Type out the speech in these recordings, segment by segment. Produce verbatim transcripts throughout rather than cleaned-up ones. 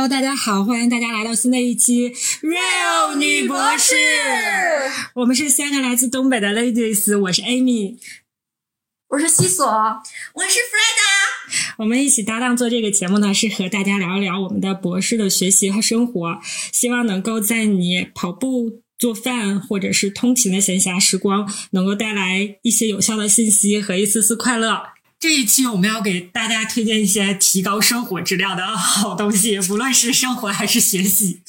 大家好，欢迎大家来到新的一期 Real 女博士。我们是三个来自东北的 ladies， 我是 Amy， 我是西索， 我是 Freda。 我们一起搭档做这个节目呢，是和大家聊一聊我们的博士的学习和生活，希望能够在你跑步、做饭或者是通勤的闲暇时光，能够带来一些有效的信息和一丝丝快乐。这一期我们要给大家推荐一些提高生活质量的好东西，不论是生活还是学习。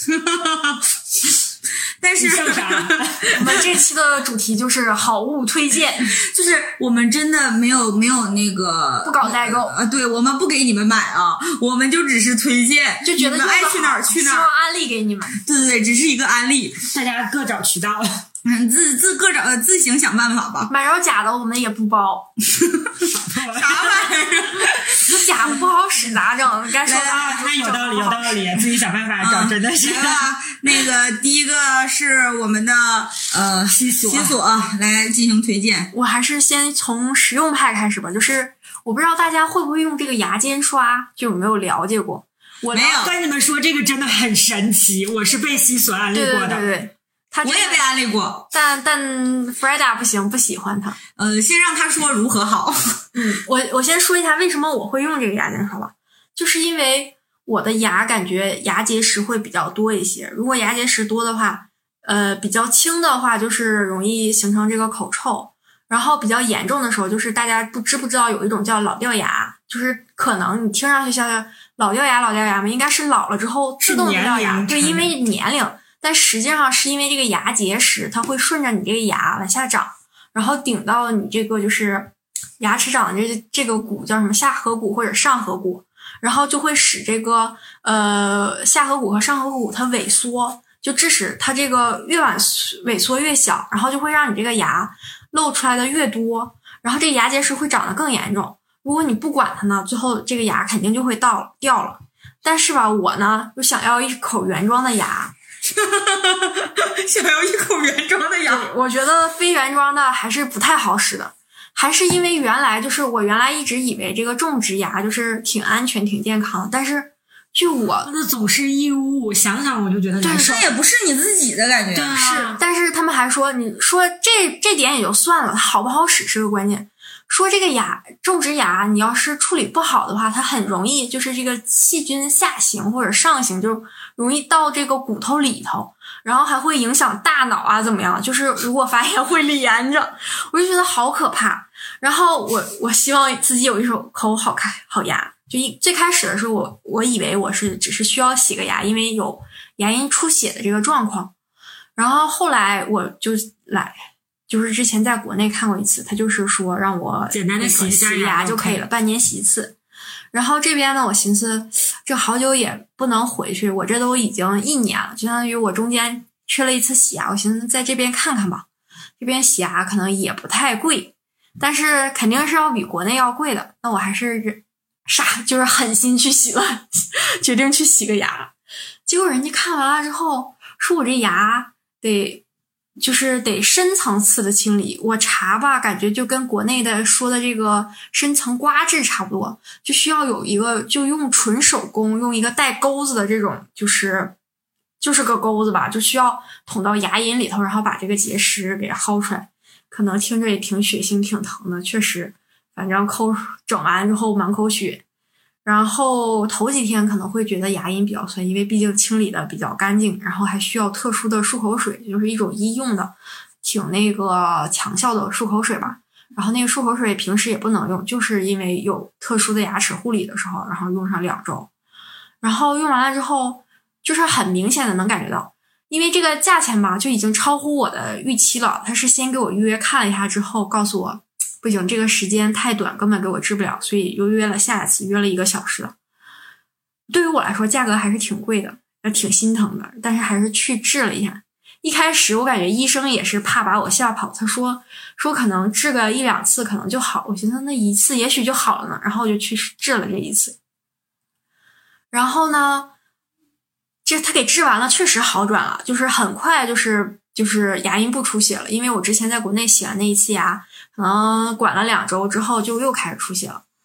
但是像啥？ 我们这期的主题就是好物推荐， 就是我们真的没有没有那个不搞代购啊，对，我们不给你们买啊，我们就只是推荐， 就觉得你们爱去哪儿去哪儿， 希望安利给你们。 对对对，只是一个安利， 大家各找渠道。 嗯，自自个找呃自行想办法吧。 买着假的我们也不包。 啥玩意儿？ 那假的不好使咋整？该说啊，那有道理有道理，自己想办法找，真的是。 来吧，那个第一个是我们的呃西索， 西索来进行推荐。 我还是先从实用派开始吧，就是我不知道大家会不会用这个牙尖刷，就有没有了解过？我没有。 跟你们说这个真的很神奇，我是被西索安利过的。 对对对对。他我也被安利过， 但但 Freda 不行，不喜欢他。 呃，先让他说如何好。 嗯，我我先说一下为什么我会用这个牙尖刷吧，就是因为我的牙感觉牙结石会比较多一些。如果牙结石多的话，呃，比较轻的话就是容易形成这个口臭，然后比较严重的时候，就是大家不知不知道有一种叫老掉牙，就是可能你听上去像老掉牙老掉牙嘛，应该是老了之后自动掉牙，对，因为年龄。但实际上是因为这个牙结石，它会顺着你这个牙往下长，然后顶到你这个就是牙齿长的这这个骨叫什么下颌骨或者上颌骨，然后就会使这个呃下颌骨和上颌骨它萎缩，就致使它这个越往萎缩越小，然后就会让你这个牙露出来的越多，然后这个牙结石会长得更严重。如果你不管它呢，最后这个牙肯定就会到掉了。但是吧，我呢就想要一口原装的牙。 想要一口原装的牙， 我觉得非原装的还是不太好使的，还是因为原来就是我原来一直以为这个种植牙就是挺安全挺健康的，但是据我那总是异物，想想我就觉得难受。 这也不是你自己的感觉， 对啊， 是，但是他们还说，你说这这点也就算了，好不好使是个关键。说这个牙种植牙，你要是处理不好的话，它很容易就是这个细菌下行或者上行，就容易到这个骨头里头，然后还会影响大脑啊，怎么样？就是如果发炎会连着，我就觉得好可怕。然后我我希望自己有一手口好开好牙。就一最开始的时候，我我以为我是只是需要洗个牙，因为有牙龈出血的这个状况。然后后来我就来。就是之前在国内看过一次，他就是说让我简单的洗一下牙就可以了，半年洗一次。然后这边呢，我寻思这好久也不能回去，我这都已经一年了，就相当于我中间缺了一次洗牙。我寻思在这边看看吧，这边洗牙可能也不太贵，但是肯定是要比国内要贵的。那我还是傻，就是狠心去洗了，决定去洗个牙。结果人家看完了之后说我这牙得。就是得深层次的清理，我查吧，感觉就跟国内的说的这个深层刮治差不多，就需要有一个就用纯手工，用一个带钩子的这种，就是就是个钩子吧，就需要捅到牙龈里头，然后把这个结石给薅出来。可能听着也挺血腥挺疼的，确实，反正抠整完之后满口血。然后头几天可能会觉得牙龈比较酸，因为毕竟清理的比较干净，然后还需要特殊的漱口水，就是一种医用的挺那个强效的漱口水吧。然后那个漱口水平时也不能用，就是因为有特殊的牙齿护理的时候，然后用上两周。然后用完了之后就是很明显的能感觉到，因为这个价钱吧就已经超乎我的预期了。他是先给我预约看了一下之后告诉我不行，这个时间太短，根本给我治不了，所以又约了下一次，约了一个小时了。对于我来说价格还是挺贵的，也挺心疼的，但是还是去治了一下。一开始我感觉医生也是怕把我吓跑，他说说可能治个一两次可能就好，我寻思那一次也许就好了呢，然后我就去治了这一次。然后呢这他给治完了确实好转了，就是很快就是就是牙龈不出血了，因为我之前在国内洗完那一次牙可能管了两周之后就又开始出血了。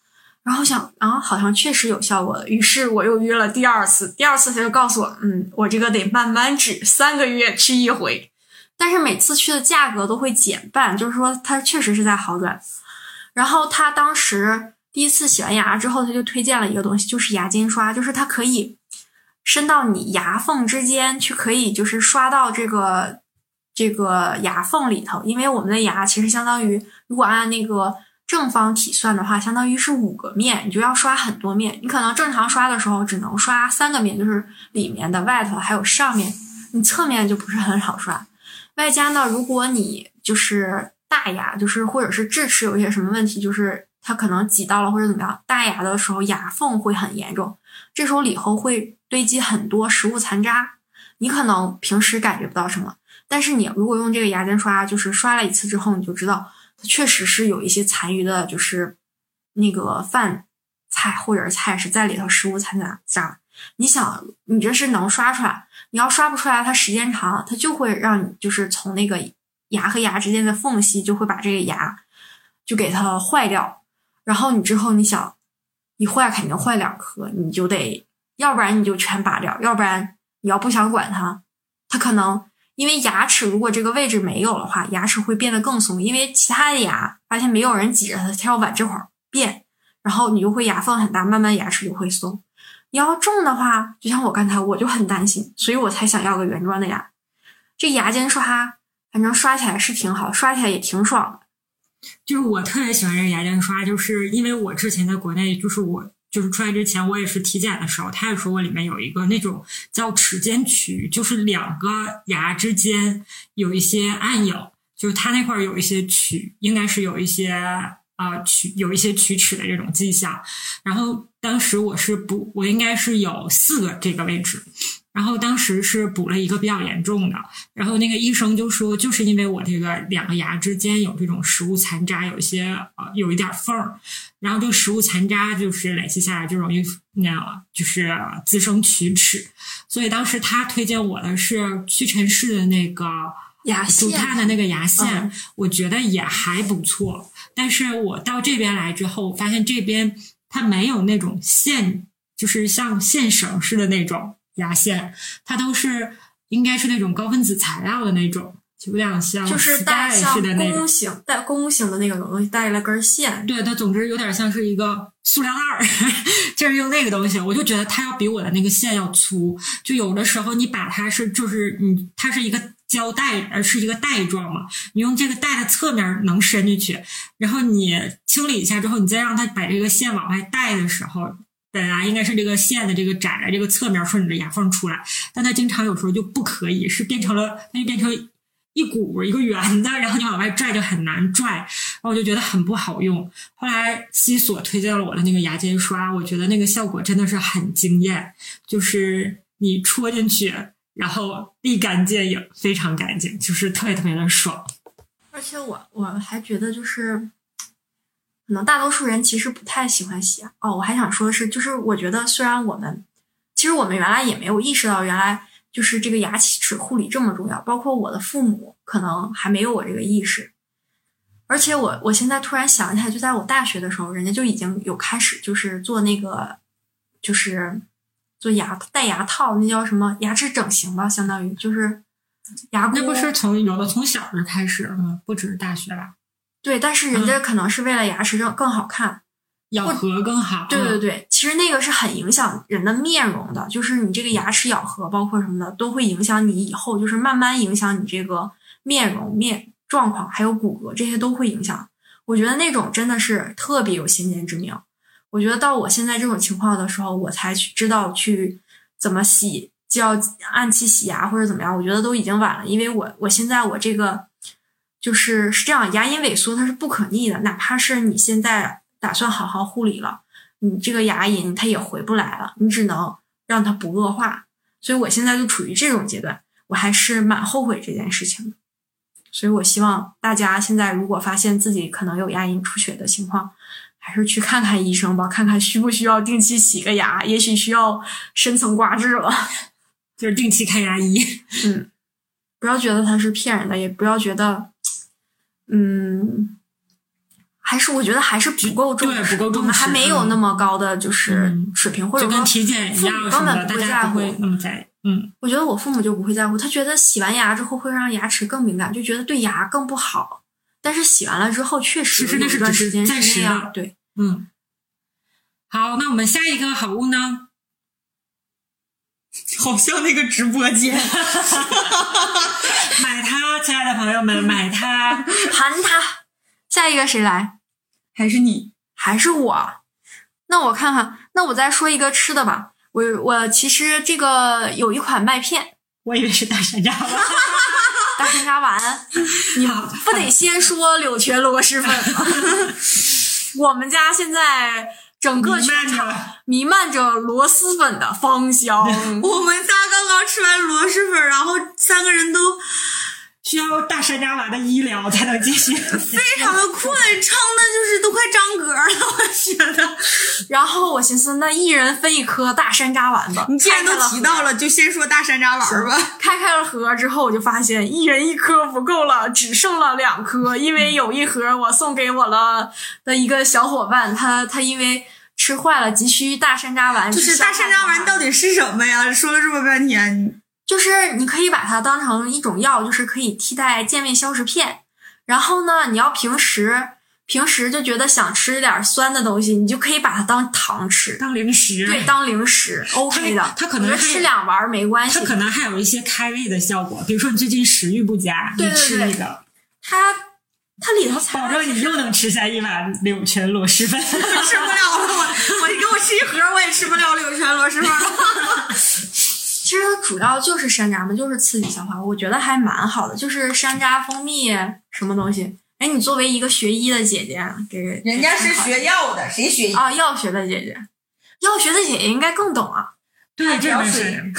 然后想，然后好像确实有效果，于是我又约了第二次，第二次他就告诉我，嗯，我这个得慢慢治，三个月去一回，但是每次去的价格都会减半，就是说它确实是在好转。然后他当时第一次洗完牙之后，他就推荐了一个东西，就是牙尖刷，就是它可以伸到你牙缝之间去，可以就是刷到这个这个牙缝里头，因为我们的牙其实相当于，如果按那个正方体算的话，相当于是五个面，你就要刷很多面。你可能正常刷的时候只能刷三个面，就是里面的、外头还有上面，你侧面就不是很好刷。外加呢，如果你就是大牙，就是或者是智齿有一些什么问题，就是它可能挤到了或者怎么样，大牙的时候牙缝会很严重，这时候里头会堆积很多食物残渣，你可能平时感觉不到什么，但是你如果用这个牙尖刷，就是刷了一次之后，你就知道它确实是有一些残余的，就是那个饭菜或者是菜是在里头，食物残渣。你想，你这是能刷出来，你要刷不出来，它时间长，它就会让你就是从那个牙和牙之间的缝隙就会把这个牙就给它坏掉，然后你之后你想一坏肯定坏两颗，你就得要不然你就全拔掉，要不然你要不想管它，它可能因为牙齿如果这个位置没有的话，牙齿会变得更松，因为其他的牙发现没有人挤着它，它要往这块儿变，然后你就会牙缝很大，慢慢牙齿就会松。你要重的话，就像我刚才我就很担心，所以我才想要个原装的牙。这牙尖刷反正刷起来是挺好，刷起来也挺爽的。 就是我特别喜欢这个牙尖刷，就是因为我之前在国内，就是我就是出来之前我也是体检的时候，他也说我里面有一个那种叫齿间区，就是两个牙之间有一些暗影，就是他那块有一些龋，应该是有一些啊龋有一些龋齿的这种迹象。然后当时我是补，我应该是有四个这个位置，然后当时是补了一个比较严重的，然后那个医生就说，就是因为我这个两个牙之间有这种食物残渣，有一些呃有一点缝儿，然后这个食物残渣就是累积下来就容易那样，就是滋生龋齿，所以当时他推荐我的是屈臣氏的那个牙线， 竹炭的那个牙线、 嗯、 我觉得也还不错，但是我到这边来之后，发现这边它没有那种线，就是像线绳似的那种牙线，它都是应该是那种高分子材料的那种，就有点像就是带像弓形带弓形的那种东西，带了根线。 对，它总之有点像是一个塑料袋儿，就是用那个东西，我就觉得它要比我的那个线要粗。就有的时候你把它是就是你它是一个胶带，而是一个带状嘛，你用这个带的侧面能伸进去，然后你清理一下之后，你再让它把这个线往外带的时候。本来应该是这个线的这个窄的这个侧面顺着牙缝出来，但它经常有时候就不可以，是变成了它就变成一股一个圆的，然后你往外拽就很难拽，然后我就觉得很不好用。后来西索推荐了我的那个牙尖刷，我觉得那个效果真的是很惊艳，就是你戳进去然后立竿见影，非常干净，就是特别特别的爽。 而且我我还觉得就是可能大多数人其实不太喜欢洗牙哦。我还想说的是，就是我觉得虽然我们其实我们原来也没有意识到，原来就是这个牙齿护理这么重要，包括我的父母可能还没有我这个意识。而且我我现在突然想一下，就在我大学的时候，人家就已经有开始就是做那个就是做牙戴牙套，那叫什么牙齿整形吧，相当于就是牙箍。 那不是从有的从小就开始吗？不只是大学吧？ 对，但是人家可能是为了牙齿更更好看， 咬合更好。 对对对，其实那个是很影响人的面容的，就是你这个牙齿咬合包括什么的都会影响你以后，就是慢慢影响你这个面容面状况，还有骨骼，这些都会影响。我觉得那种真的是特别有先见之明。我觉得到我现在这种情况的时候，我才去知道去怎么洗，就要按期洗牙或者怎么样，我觉得都已经晚了。因为我我现在我这个就是是这样，牙龈萎缩它是不可逆的，哪怕是你现在打算好好护理了，你这个牙龈它也回不来了，你只能让它不恶化。所以我现在就处于这种阶段，我还是蛮后悔这件事情的。所以我希望大家现在如果发现自己可能有牙龈出血的情况，还是去看看医生吧，看看需不需要定期洗个牙，也许需要深层刮治了， 就是定期看牙医。 嗯，不要觉得它是骗人的，也不要觉得嗯还是我觉得还是不够重视， 对，不够重视， 我们还没有那么高的就是水平， 嗯、 或者说就跟体检一样根本不会在乎， 那么在意。嗯， 我觉得我父母就不会在乎，他觉得洗完牙之后会让牙齿更敏感，就觉得对牙更不好。但是洗完了之后，确实有一段时间是那样，对， 嗯。好，那我们下一个好物呢？ 好像那个直播间， 买它，亲爱的朋友们，买它， 盘它。下一个谁来？ 还是你？ 还是我？那我看看，那我再说一个吃的吧。我我其实这个有一款麦片， 我以为是大山楂丸。 大山楂丸，你不得先说柳泉螺蛳粉吗？我们家现在整个全场弥漫着螺蛳粉的芳香。 我们仨刚刚吃完螺蛳粉，然后三个人都需要大山楂丸的医疗才能继续， 非常的困，撑的就是都快张嗝了，我觉得。 然后我寻思，那一人分一颗大山楂丸吧。 你既然都提到了，就先说大山楂丸吧。 开开了盒之后，我就发现一人一颗不够了，只剩了两颗，因为有一盒我送给我了的一个小伙伴，他他因为吃坏了，急需大山楂丸。 就是大山楂丸到底是什么呀？说了这么半天。 就是你可以把它当成一种药，就是可以替代健胃消食片。然后呢，你要平时平时就觉得想吃点酸的东西，你就可以把它当糖吃， 当零食。 对，当零食 OK 的。 它可能吃两丸没关系。 它可能还有一些开胃的效果，比如说你最近食欲不佳， 对对对， 你吃一个， 它它里头保证你又能吃下一碗柳泉螺蛳粉。 吃不了了，我我给我吃一盒，我也吃不了柳泉螺蛳粉了。 其实它主要就是山楂嘛，就是刺激消化，我觉得还蛮好的。就是山楂、蜂蜜什么东西。哎，你作为一个学医的姐姐，给人家是学药的，谁学医啊？药学的姐姐，药学的姐姐应该更懂啊。 对，这没事。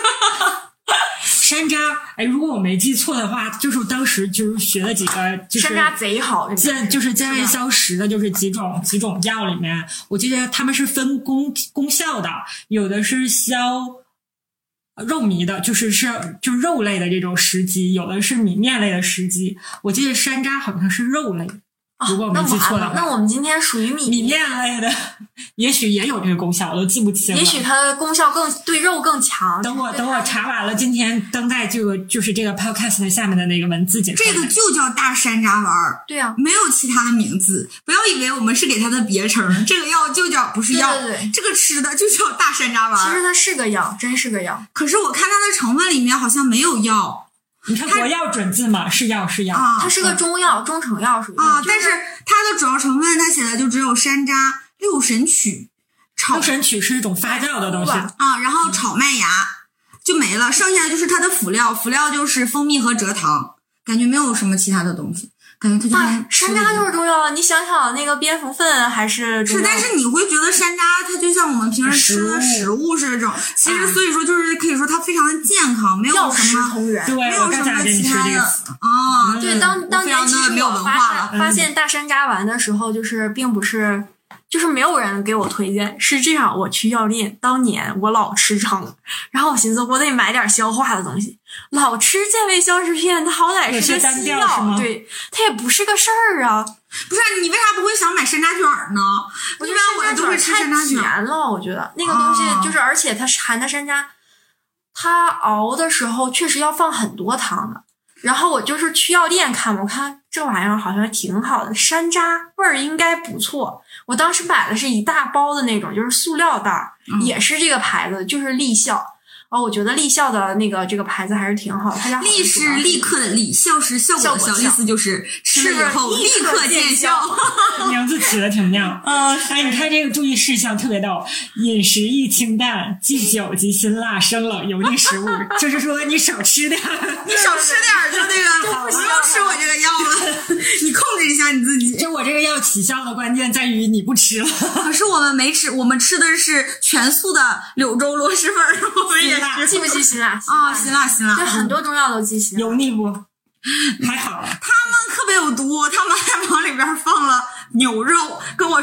山楂，哎，如果我没记错的话，就是当时就是学了几个，就是山楂贼好， 健就是健胃消食的，就是几种几种药里面，我记得他们是分功功效的，有的是消肉糜的，就是是就是肉类的这种食积，有的是米面类的食积。我记得山楂好像是肉类， 哦、 如果我没记错的话。 那我们今天属于米米面类的，也许也有这个功效，我都记不清了。 也许它的功效更对肉更强。 等我等我查完了，今天登在这个就是这个 podcast 的下面的那个文字解说。 这个就叫大山楂丸。 对啊， 没有其他的名字，不要以为我们是给它的别称。这个药就叫不是药， 对对对， 这个吃的就叫大山楂丸。 其实它是个药，真是个药。 可是我看它的成分里面好像没有药。 你看国药准字嘛，是药是药、 啊、 它是个中药，中成药属于啊、就是。但是它的主要成分，它写的就只有山楂、六神曲、炒六神曲是一种发酵的东西啊，然后炒麦芽就没了，剩下的就是它的辅料，辅料就是蜂蜜和蔗糖，感觉没有什么其他的东西。感觉它就、 啊、山楂就是中药，你想想那个蝙蝠粪还是中药。 是，但是你会觉得山楂它就像我们平时吃的食物是这种，其实所以说就是可以说它非常的健康，没有什么同源， 对， 没有什么其他的啊、 嗯。对，当当年其实没有文化了。 发现大山楂丸的时候，就是并不是。就是没有人给我推荐，是这样，我去药店，当年我老吃撑，然后我寻思我得买点消化的东西，老吃健胃消食片，它好歹是个西药，对，它也不是个事儿啊。 不是你为啥不会想买山楂卷呢？ 我觉得山楂卷太甜了，我觉得那个东西就是，而且它含的山楂，它熬的时候确实要放很多糖的。然后我就是去药店看，我看这玩意儿好像挺好的，山楂味儿应该不错。我当时买的是一大包的那种，就是塑料袋，嗯、也是这个牌子，就是立效。哦，我觉得立效的那个这个牌子还是挺好的。它家立是立刻的立，效是效果的效，意思就是吃了以后立刻见效。 名字起的挺妙。嗯，哎，你看这个注意事项特别逗：饮食宜清淡，忌酒及辛辣、生冷、油腻食物。就是说你少吃点， 你少吃点就那个，不用吃我这个药了。你控制一下你自己。 就我这个药起效的关键在于你不吃了。 可是我们没吃，我们吃的是全素的柳州螺蛳粉，我们也记不记辛辣啊？辛辣辛辣， 就很多中药都记辛辣。 油腻不？还好。 他们特别有毒，他们还往里边放了牛肉，跟我说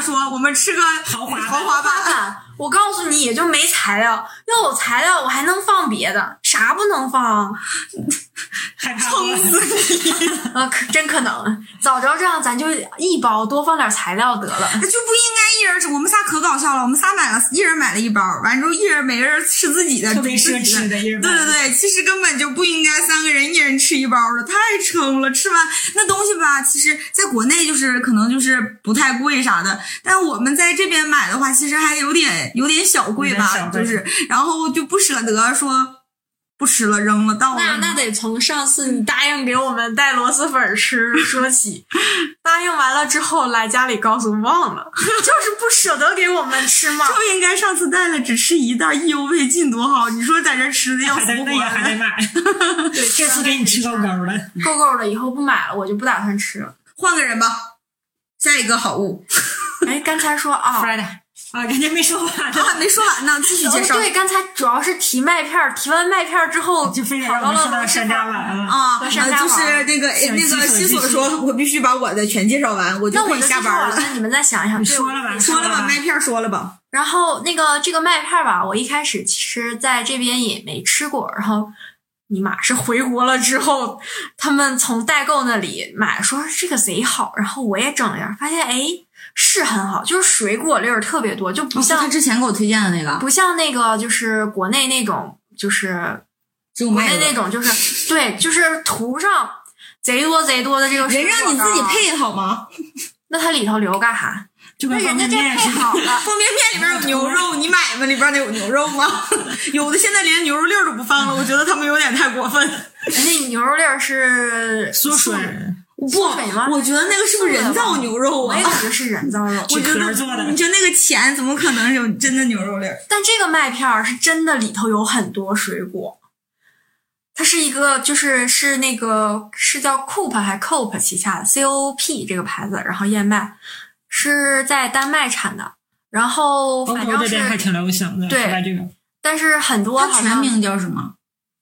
说我们吃个豪华豪华版。 我告诉你，也就没材料。要有材料，我还能放别的，啥不能放？ 害怕撑死你！ 啊，可真可能。早知道这样，咱就一包多放点材料得了。 就不应该一人吃，我们仨可搞笑了，我们仨买了，一人买了一包，完之后一人每个人吃自己的， 特别奢侈的，一人买对对对，其实根本就不应该三个人一人吃一包的，太撑了。吃完那东西吧，其实在国内就是可能就是不太贵啥的，但我们在这边买的话，其实还有点有点小贵吧，就是然后就不舍得说不吃了扔了倒了。 那那得从上次你答应给我们带螺蛳粉吃说起。答应完了之后来家里告诉忘了，就是不舍得给我们吃嘛。 就应该上次带了只吃一袋，意犹未尽多好。你说在这吃的要死不活的， 还得买。 对， 这次给你吃够够了， 够够了，以后不买了，我就不打算吃了。 换个人吧，下一个好物。 哎，刚才说啊。 啊，人家没说完呢， 还没说完呢，继续介绍。 对，刚才主要是提麦片，提完麦片之后就非得跑到了山楂丸了啊，呃，就是那个那个西索说，我必须把我的全介绍完，我就可以下班了。 那你们再想一想， 你说了吧， 说了吧，麦片说了吧。 然后那个这个麦片吧，我一开始其实在这边也没吃过，然后尼玛是回国了之后，他们从代购那里买，说这个贼好，然后我也整了一下，发现哎。是很好，就是水果粒儿特别多，就不像、 哦、他之前给我推荐的那个， 不像那个就是国内那种，就是国内那种，就是对，就是涂上贼多贼多的这个水果人让你自己配好吗？ 那它里头留干啥？ 就跟人家这配好了， 方便面里边有牛肉，你买吗？里边那有牛肉吗？有的现在连牛肉粒儿都不放了，我觉得他们有点太过分。 人家牛肉粒儿是缩水。 不，我觉得那个是不是人造牛肉啊？ 我也觉得是人造肉， 我觉得你觉得那个钱怎么可能有真的牛肉粒儿？ 但这个麦片是真的，里头有很多水果。它是一个，就是是那个是叫 Coop 还 Coop 旗下的 C O P 这个牌子，然后燕麦是在丹麦产的，然后反正是这边还挺流行的， 对这个。 但是很多它全名叫什么？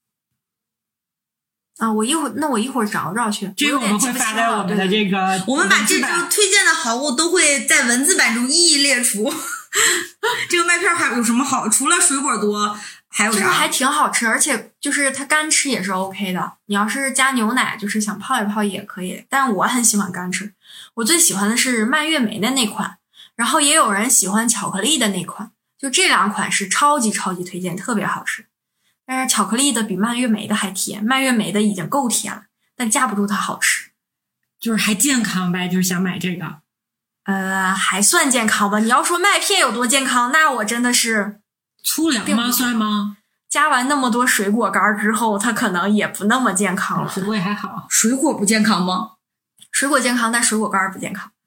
啊，我一会儿那我一会儿找找去。 这个我们会发在我们的这个， 我们把这周推荐的好物都会在文字版中一一列出。这个麦片还有什么好？除了水果多，还有啥？ 就是还挺好吃，而且就是它干吃也是 OK 的。你要是加牛奶，就是想泡一泡也可以。但我很喜欢干吃，我最喜欢的是蔓越莓的那款，然后也有人喜欢巧克力的那款，就这两款是超级超级推荐，特别好吃。但是巧克力的比蔓越莓的还甜，蔓越莓的已经够甜了，但架不住它好吃， 就是还健康呗，就是想买这个。 呃，还算健康吧。你要说麦片有多健康，那我真的是粗粮吗？算吗？ 加完那么多水果干之后，它可能也不那么健康了。 水果也还好， 水果不健康吗？ 水果健康，但水果干不健康。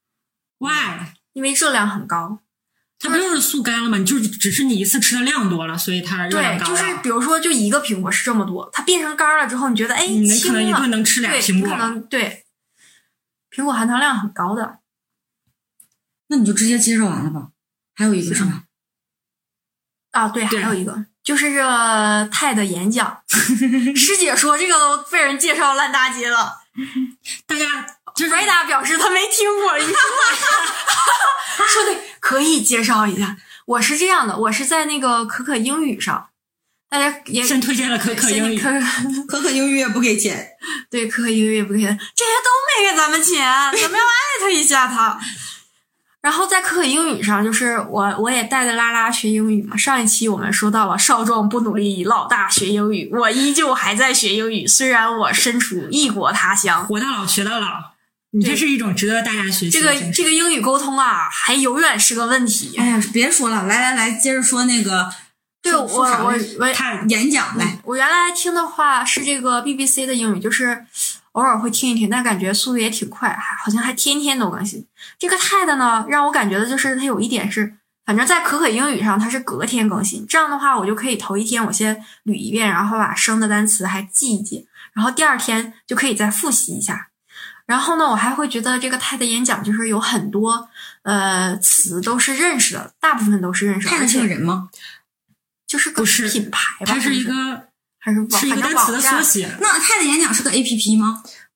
Why？ 因为热量很高。 它不就是速干了吗？你就是只是你一次吃的量多了，所以它热量高了。 对，就是比如说，就一个苹果是这么多，它变成干了之后，你觉得哎， 你轻了， 可能一顿能吃俩苹果， 可能对，苹果含糖量很高的。 那你就直接介绍完了吧？还有一个是吧？ 啊，对，还有一个就是这泰的演讲。师姐说这个都被人介绍烂大街了， 大家就是 Freda 表示他没听过，你说说的可以介绍一下。我是这样的，我是在那个可可英语上，大家也先推荐了可可英语， 可可可英语也不给钱， 对，可可英语也不给钱，这些都没给咱们钱，咱们要艾特一下他。然后在可可英语上，就是我我也带着拉拉学英语嘛。上一期我们说到了少壮不努力，老大学英语，我依旧还在学英语，虽然我身处异国他乡， 活到老学到老。你这是一种值得大家学习的。这个这个英语沟通啊，还永远是个问题。 哎呀，别说了，来来来，接着说那个。 对，我我我看演讲来。 我原来听的话是这个 B B C 的英语，就是偶尔会听一听，但感觉速度也挺快，还好像还天天都更新。这个 T E D 呢，让我感觉的就是它有一点是，反正在可可英语上它是隔天更新。这样的话，我就可以头一天我先捋一遍，然后把生的单词还记一记，然后第二天就可以再复习一下。然后呢，我还会觉得这个 T E D 演讲就是有很多呃词都是认识的，大部分都是认识的。 T E D 是个人吗？ 就是个品牌吧， 它是一个还是是一个单词的缩写。 那 T E D 演讲是个 A P P 吗？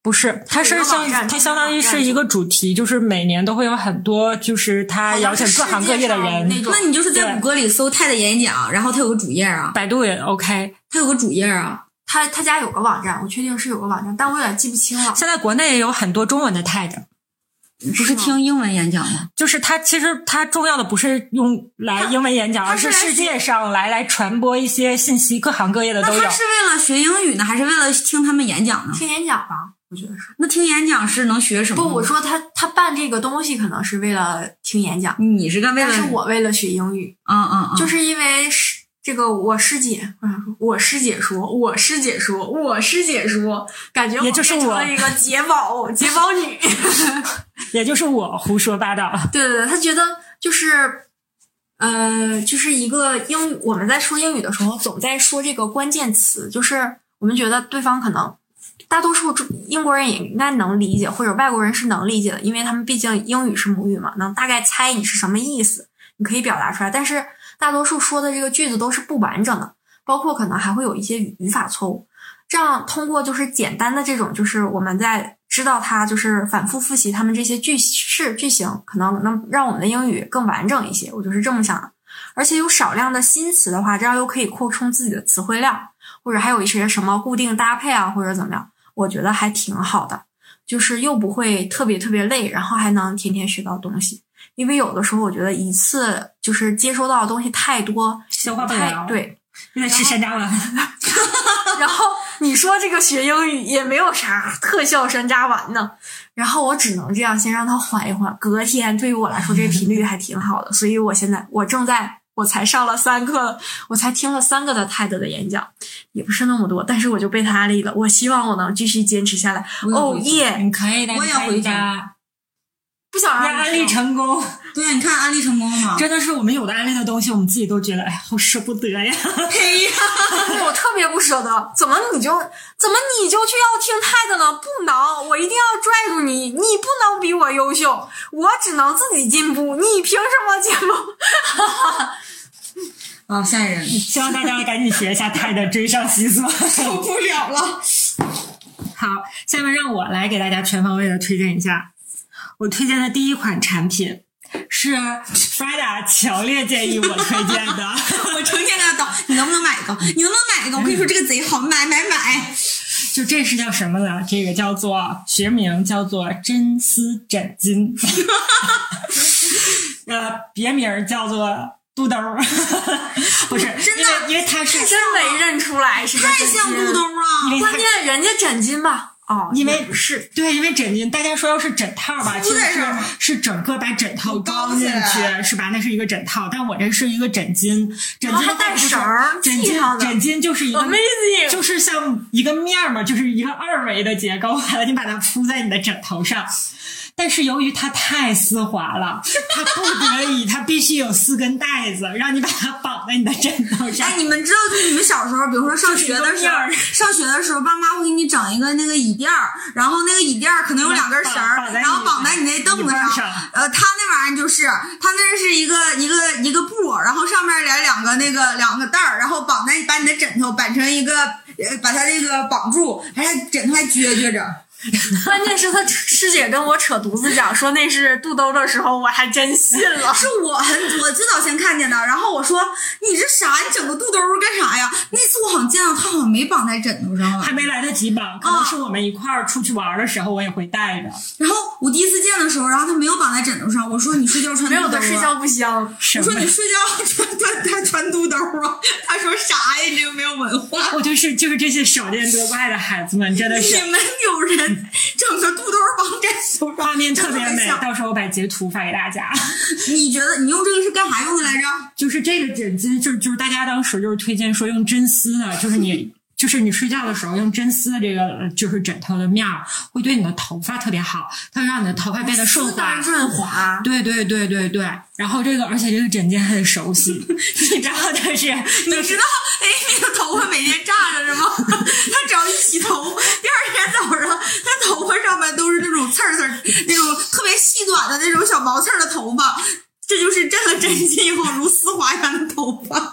不是，它是像它相当于是一个主题，就是每年都会有很多，就是它邀请各行各业的人。 那你就是在谷歌里搜泰的演讲，然后它有个主页啊。 百度也 OK， 它有个主页啊。 他他家有个网站，我确定是有个网站，但我有点记不清了。 现在国内也有很多中文的泰的。 不是听英文演讲吗？ 就是它其实它重要的不是用来英文演讲，而是世界上来来传播一些信息，各行各业的都有。 那他是为了学英语呢，还是为了听他们演讲呢？ 听演讲吧，我觉得是。 那听演讲是能学什么？ 不，我说他他办这个东西可能是为了听演讲。 你是个为了？ 但是我为了学英语。 嗯嗯嗯。 就是因为是这个我师姐，我想说我师姐说，我师姐说，我师姐说，感觉我变成了一个解宝解宝女。 也就是我胡说八道。 对对对，他觉得就是呃就是一个英语，我们在说英语的时候总在说这个关键词，就是我们觉得对方可能大多数英国人也应该能理解，或者外国人是能理解的，因为他们毕竟英语是母语嘛，能大概猜你是什么意思，你可以表达出来，但是大多数说的这个句子都是不完整的，包括可能还会有一些语法错误。这样通过就是简单的这种，就是我们在知道它就是反复复习他们这些句式句型，可能能让我们的英语更完整一些，我就是这么想的。而且有少量的新词的话，这样又可以扩充自己的词汇量，或者还有一些什么固定搭配啊，或者怎么样，我觉得还挺好的，就是又不会特别特别累，然后还能天天学到东西。因为有的时候我觉得一次就是接收到的东西太多， 消化不了， 对， 因为吃山楂丸。 然后你说这个学英语也没有啥特效山楂丸呢，然后我只能这样先让它缓一缓，隔天对于我来说这个频率还挺好的，所以我现在我正在我才上了三课，我才听了三个的泰德的演讲，也不是那么多，但是我就被他安利了，我希望我能继续坚持下来。哦耶， 你可以的， 我也回去。 不想让你安利成功。 对呀，你看安利成功了吗？ 真的是我们有的安利的东西，我们自己都觉得哎，好舍不得呀。 嘿呀， 我特别不舍得。怎么你就怎么你就去要听泰的呢？不能，我一定要拽住你，你不能比我优秀，我只能自己进步，你凭什么进步？啊，吓人！ 希望大家赶紧学一下泰的，追上西索。 受不了了。 好，下面让我来给大家全方位的推荐一下。我推荐的第一款产品是 Freda 强烈建议我推荐的。 我成天跟他叨，你能不能买一个？你能不能买一个？我跟你说这个贼好，买买买。 就这是叫什么呢？这个叫做学名叫做真丝枕巾，呃，别名叫做肚兜。不是， 真的， 因为因为它是真没认出来是太像肚兜了。 关键人家枕巾吧。哦， 因为不是对，因为枕巾，大家说要是枕套吧，其实是是整个把枕套包进去，是吧？那是一个枕套，但我这是一个枕巾，枕巾还带绳儿， 枕巾枕巾就是一个 amazing， 就是像一个面嘛，就是一个二维的结构，完了你把它铺在你的枕头上。但是由于它太丝滑了，它不得已，它必须有四根带子，让你把它绑在你的枕头上。 哎，你们知道，就是你们小时候，比如说上学的时候，上学的时候，爸妈会给你整一个那个椅垫儿，然后那个椅垫儿可能有两根绳儿，然后绑在你那凳子上。呃，他那玩意儿就是，他那是一个一个一个布，然后上面连两个那个两个带儿，然后绑在把你的枕头绑成一个，呃，把它那个绑住，还枕头还撅撅着。 关键是他师姐跟我扯犊子讲说那是肚兜的时候，我还真信了。 是我很我最早先看见的，然后我说你这啥？你整个肚兜干啥呀？那次我好像见到他好像没绑在枕头上， 还没来得及绑，可能是我们一块儿出去玩的时候，我也会带着。 然后我第一次见的时候，然后他没有绑在枕头上，我说你睡觉穿肚兜、啊、 没有的睡觉不香。 我说你睡觉穿穿他穿肚兜啊？他说啥呀？你这个没有文化。 我就是就是这些少见多怪的孩子们，真的是你们有人整个肚兜绑枕头上， 画面特别美，到时候我把截图发给大家。 你觉得你用这个是干啥用的来着？ 就是这个枕巾，就是就是大家当时就是推荐说用真丝的，就是你就是你睡觉的时候用真丝的这个就是枕头的面儿，会对你的头发特别好，它会让你的头发变得顺滑润滑。 对对对对对。然后这个而且这个枕巾还得手洗，你知道的是， 你知道 Amy 的头发每天炸着是吗？她只要一洗头，第二天早上她头发上面都是那种刺儿刺儿，那种特别细短的那种小毛刺儿的头发，这就是震了枕巾以后如丝滑一般的头发。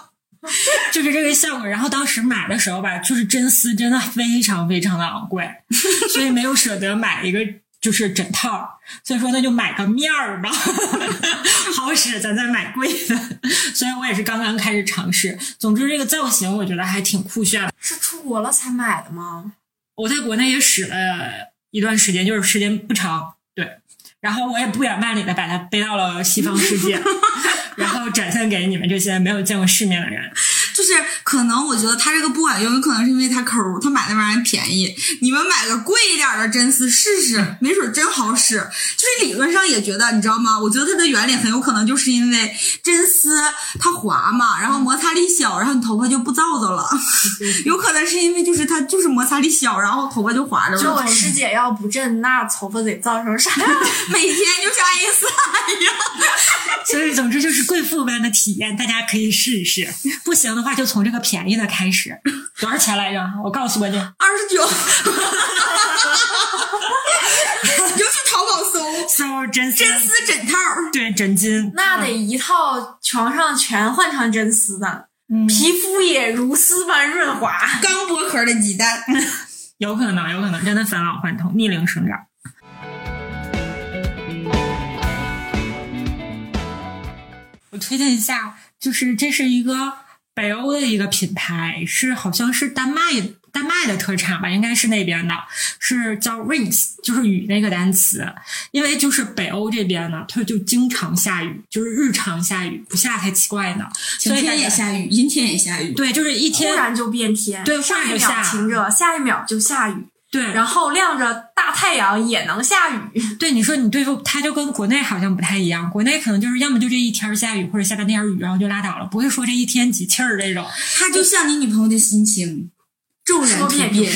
就是这个效果。然后当时买的时候吧，就是真丝真的非常非常的昂贵，所以没有舍得买一个就是枕套，所以说那就买个面儿吧，好使咱再买贵的。所以我也是刚刚开始尝试。总之这个造型我觉得还挺酷炫的。 是出国了才买的吗？ 我在国内也使了一段时间，就是时间不长，对。然后我也不远万里的把它背到了西方世界，然后展现给你们这些没有见过世面的人。 就是可能我觉得他这个不管用，有可能是因为他抠，他买那玩意儿便宜。你们买个贵一点的真丝试试，没准真好使。就是理论上也觉得，你知道吗？我觉得它的原理很有可能就是因为真丝它滑嘛，然后摩擦力小，然后你头发就不躁躁了。有可能是因为就是它就是摩擦力小，然后头发就滑着了。 就我师姐要不震，那头发得造成啥样？ 每天就像爱因斯坦一样。 所以总之就是贵妇般的体验，大家可以试一试。不行的话就从这个便宜的开始。多少钱来着？我告诉我你， 二十九。你就去淘宝搜搜真丝真丝枕套， 对，枕巾， 那得一套床上全换成真丝的，嗯、皮肤也如丝般润滑。 刚剥壳的鸡蛋， 有可能，有可能真的返老还童，逆龄生长。我推荐一下，就是这是一个北欧的一个品牌，是好像是丹麦丹麦的特产吧，应该是那边的，是叫 Rings， 就是雨那个单词。因为就是北欧这边呢，它就经常下雨，就是日常下雨，不下才奇怪呢。 晴天也下雨，阴天也下雨， 对，就是一天突然就变天， 对， 上一秒晴着，下一秒就下雨。 对， 然后亮着大太阳也能下雨。 对，你说你对付它就跟国内好像不太一样，国内可能就是要么就这一天下雨，或者下半天雨，然后就拉倒了，不会说这一天几气儿这种。 它就像你女朋友的心情，骤然突变。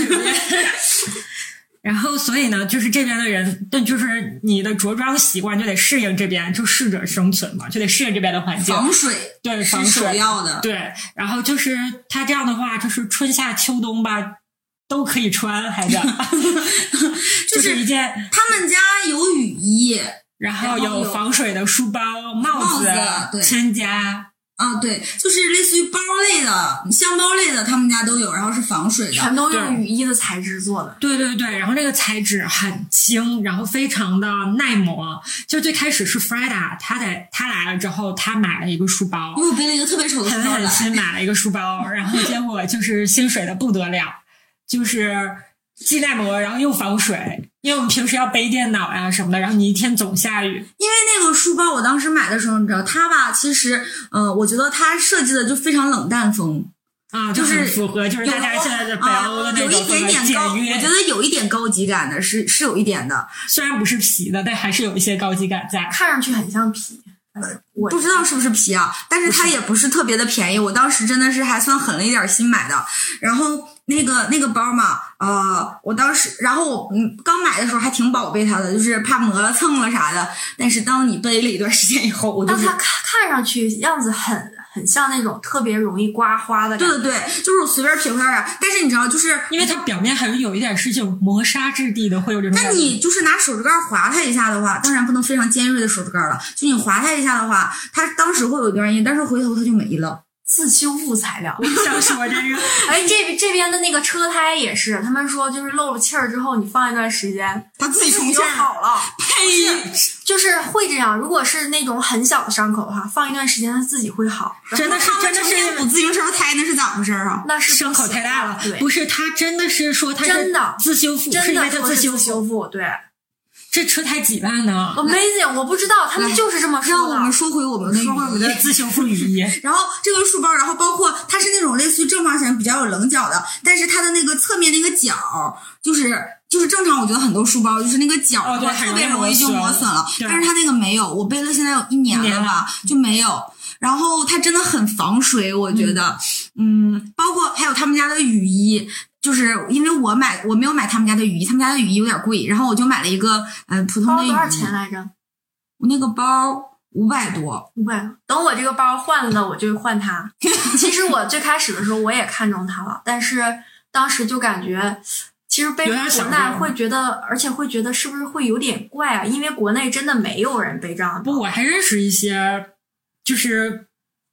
然后所以呢，就是这边的人，但就是你的着装习惯就得适应这边，就适者生存嘛，就得适应这边的环境。 防水， 对，防水首要的。 对，然后就是它这样的话，就是春夏秋冬吧。都可以穿，还是就是一件。 他们家有雨衣， 然后有防水的书包、帽子、千家啊，对，就是类似于包类的、箱包类的，他们家都有，然后是防水的， 全都用雨衣的材质做的。 对对对，然后那个材质很轻，然后非常的耐磨。就最开始是 Freda， 他在他来了之后，他买了一个书包， 因为我背了一个特别丑的书包， 狠狠心买了一个书包，然后结果就是心水的不得了。就是既耐磨，然后又防水，因为我们平时要背电脑呀、啊、什么的，然后你一天总下雨。 因为那个书包我当时买的时候，你知道它吧，其实呃，我觉得它设计的就非常冷淡风啊， 就是很符合就是大家现在的北欧的那种、 啊、有一点点高，我觉得有一点高级感的，是是有一点的， 虽然不是皮的，但还是有一些高级感在， 看上去很像皮。 我不知道是不是皮啊，但是它也不是特别的便宜，我当时真的是还算狠了一点心买的。然后那个那个包嘛，呃，我当时，然后我嗯刚买的时候还挺宝贝它的，就是怕磨了蹭了啥的。但是当你背了一段时间以后，我就是它看看上去样子很很像那种特别容易刮花的感觉。 对对对，就是我随便撇块啊。但是你知道，就是因为它表面还是有一点是这种磨砂质地的，会有这种。 那你就是拿手指盖划它一下的话，当然不能非常尖锐的手指盖了，就你划它一下的话，它当时会有一段印，但是回头它就没了。 自修复材料， 我想说这个。 哎，这这边的那个车胎也是，他们说就是漏了气儿之后，你放一段时间， 它自己充气好了。 呸！ 就是会这样。如果是那种很小的伤口的话，放一段时间它自己会好。 真的是真的是补自行车胎那是咋回事啊？ 那是伤口太大了。 对， 不是，它真的是说它真的自修复， 真的是因为它自修复。 复对。 这车胎几万呢 ？Amazing！ 我不知道，他们就是这么说的。 让我们说回我们的说回我们的自修复雨衣。 然后这个书包，然后包括它是那种类似于正方形比较有棱角的，但是它的那个侧面那个角，就是就是正常，我觉得很多书包就是那个角的话、哦、特别容易就磨损了，但是它那个没有，我背了现在有一年了吧，就没有。然后它真的很防水，我觉得，嗯, 嗯，包括还有他们家的雨衣。就是因为我买我没有买他们家的雨衣，他们家的雨衣有点贵，然后我就买了一个嗯、呃、普通的雨衣。 包多少钱来着？ 我那个包五百多。 五百。等我这个包换了，我就换它。其实我最开始的时候我也看中它了，但是当时就感觉，其实背国内会觉得，而且会觉得是不是会有点怪啊？因为国内真的没有人背这样的包。 不，我还认识一些，就是。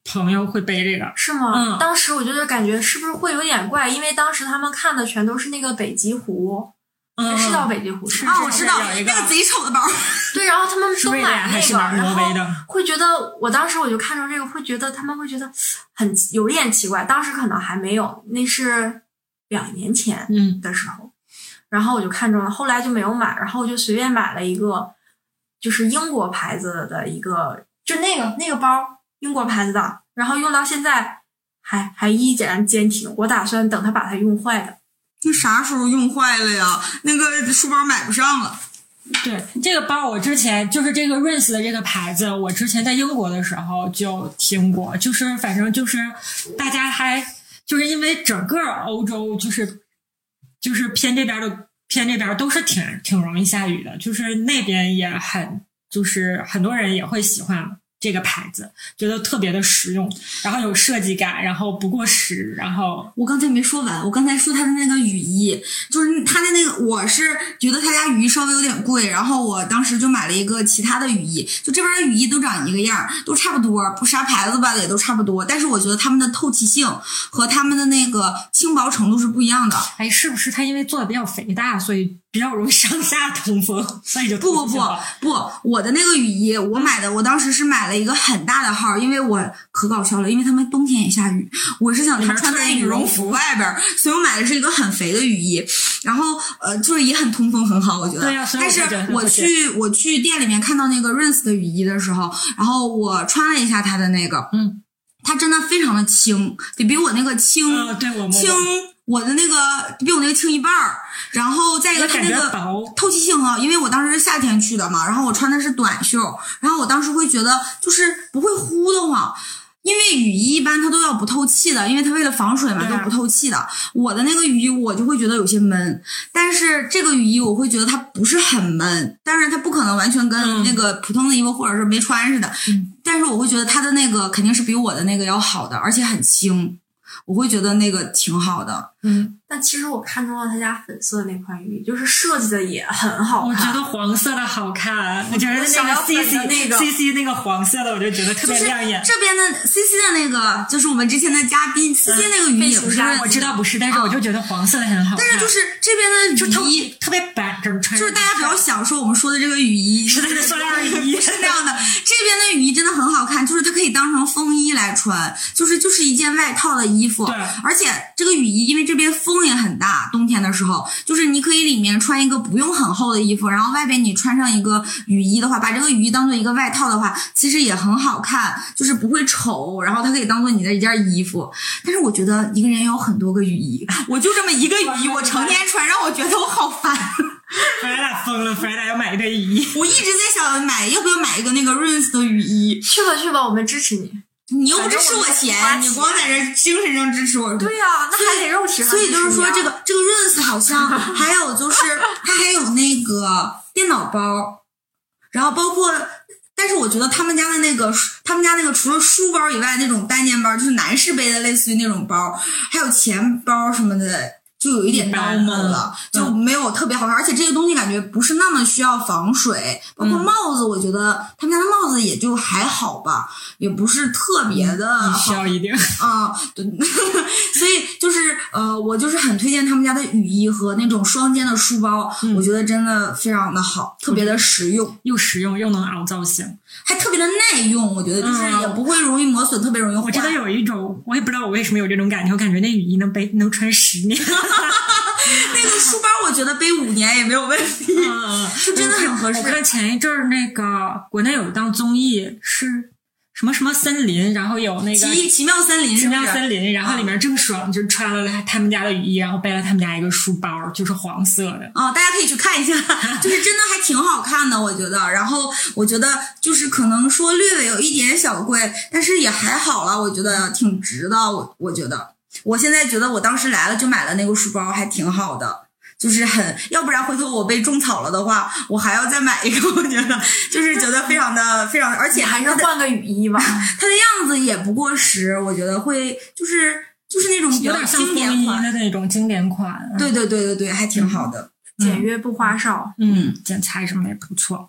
朋友会背这个。 是吗？ 嗯， 当时我就是感觉是不是会有点怪，因为当时他们看的全都是那个北极狐。 嗯， 是到北极狐是啊，我知道有一个那个贼丑的包。 对，然后他们都瑞典买那个， 还是哪然后挪威的？ 会觉得，我当时我就看中这个，会觉得他们会觉得很有点奇怪。当时可能还没有，那是两年前嗯的时候，然后我就看中了，后来就没有买，然后我就随便买了一个，就是英国牌子的一个，就那个那个包，英国牌子的，然后用到现在还还依然坚挺。我打算等它把它用坏的。 那啥时候用坏了呀？那个书包买不上了。 对，这个包我之前就是这个 Rins 的这个牌子，我之前在英国的时候就听过，就是反正就是大家还就是因为整个欧洲就是就是偏这边的偏这边都是挺挺容易下雨的，就是那边也很就是很多人也会喜欢这个牌子，觉得特别的实用，然后有设计感，然后不过时，然后我刚才没说完，我刚才说他的那个雨衣，就是他的那个，我是觉得他家雨衣稍微有点贵，然后我当时就买了一个其他的雨衣，就这边的雨衣都长一个样，都差不多，不啥牌子吧也都差不多，但是我觉得他们的透气性和他们的那个轻薄程度是不一样的。 哎，是不是他因为做的比较肥大，所以比较容易上下通风，所以就不不不不，我的那个雨衣我买的，我当时是买了一个很大的号，因为我可搞笑了，因为他们冬天也下雨，我是想他穿在羽绒服外边，所以我买的是一个很肥的雨衣，然后呃就是也很通风很好，我觉得。 对呀、啊， 但是我去我去店里面看到那个 Rins 的雨衣的时候，然后我穿了一下它的那个， 嗯， 它真的非常的轻，得比我那个轻， 呃、对我轻。我的那个比我那个轻一半儿，然后再一个它那个透气性啊，因为我当时是夏天去的嘛，然后我穿的是短袖，然后我当时会觉得就是不会呼的慌，因为雨衣一般它都要不透气的，因为它为了防水嘛都不透气的。我的那个雨衣我就会觉得有些闷，但是这个雨衣我会觉得它不是很闷，当然它不可能完全跟那个普通的衣服或者是没穿似的， 嗯、 但是我会觉得它的那个肯定是比我的那个要好的，而且很轻。我会觉得那个挺好的， 嗯， 但其实我看中了他家粉色那款雨衣，就是设计的也很好看。 我觉得黄色的好看，我觉得那个 C C 那个 C C 那个黄色的，我就觉得特别亮眼。 就是、这边的 C C 的那个，就是我们之前的嘉宾 C C 那个雨衣也不是， 我知道不是，但是我就觉得黄色的很好看。 但是就是这边的雨衣特别板正，穿就是大家不要想说我们说的这个雨衣是那个塑料雨衣， 是那样的。这边的雨衣真的很好看，就是它可以当成风衣来穿，就是就是一件外套的衣服。 对， 而且这个雨衣因为这边风也很大，冬天的时候，就是你可以里面穿一个不用很厚的衣服，然后外边你穿上一个雨衣的话，把这个雨衣当做一个外套的话，其实也很好看，就是不会丑，然后它可以当做你的一件衣服。但是我觉得一个人有很多个雨衣，我就这么一个雨衣，我成天穿，让我觉得我好烦。 弗莱达疯了，弗莱达要买一堆雨衣。 我一直在想买要不要买一个那个 Rins 的雨衣。 去吧去吧，我们支持你。 你又不支持我钱，你光在这精神上支持我。 对呀、啊，那还得肉体上支持你、啊。 所以就是说，这个这个 Rins 好像还有就是它还有那个电脑包，然后包括，但是我觉得他们家的那个他们家那个除了书包以外那种单肩包，就是男士背的类似于那种包，还有钱包什么的。就有一点闹闷了，就没有特别好看，而且这个东西感觉不是那么需要防水，包括帽子，我觉得他们家的帽子也就还好吧，也不是特别的好， 需要一定啊，对，所以就是呃，我就是很推荐他们家的雨衣和那种双肩的书包，嗯、我觉得真的非常的好，特别的实用， 又实用又能凹造型， 还特别的耐用，我觉得就是也不会容易磨损，嗯、特别容易坏。 我觉得有一种，我也不知道我为什么有这种感觉，我感觉那雨衣能背能穿十年。 那个书包我觉得背五年也没有问题， 嗯， 就真的很合适。 我看前一阵儿那个国内有一档综艺是什么什么森林，然后有那个奇奇妙森林， 奇妙森林，然后里面郑爽就穿了他们家的雨衣，然后背了他们家一个书包，就是黄色的。 哦，大家可以去看一下，就是真的还挺好看的，我觉得。然后我觉得就是可能说略微有一点小贵，但是也还好了，我觉得挺值的。我我觉得。我现在觉得我当时来了就买了那个书包还挺好的，就是很，要不然回头我被种草了的话，我还要再买一个，我觉得就是觉得非常的非常的，而且还是换个雨衣吧， 它的样子也不过时，我觉得会就是就是那种比较经典款的那种经典款， 对对对对对，还挺好的， 简约不花哨， 嗯，剪裁什么也不错。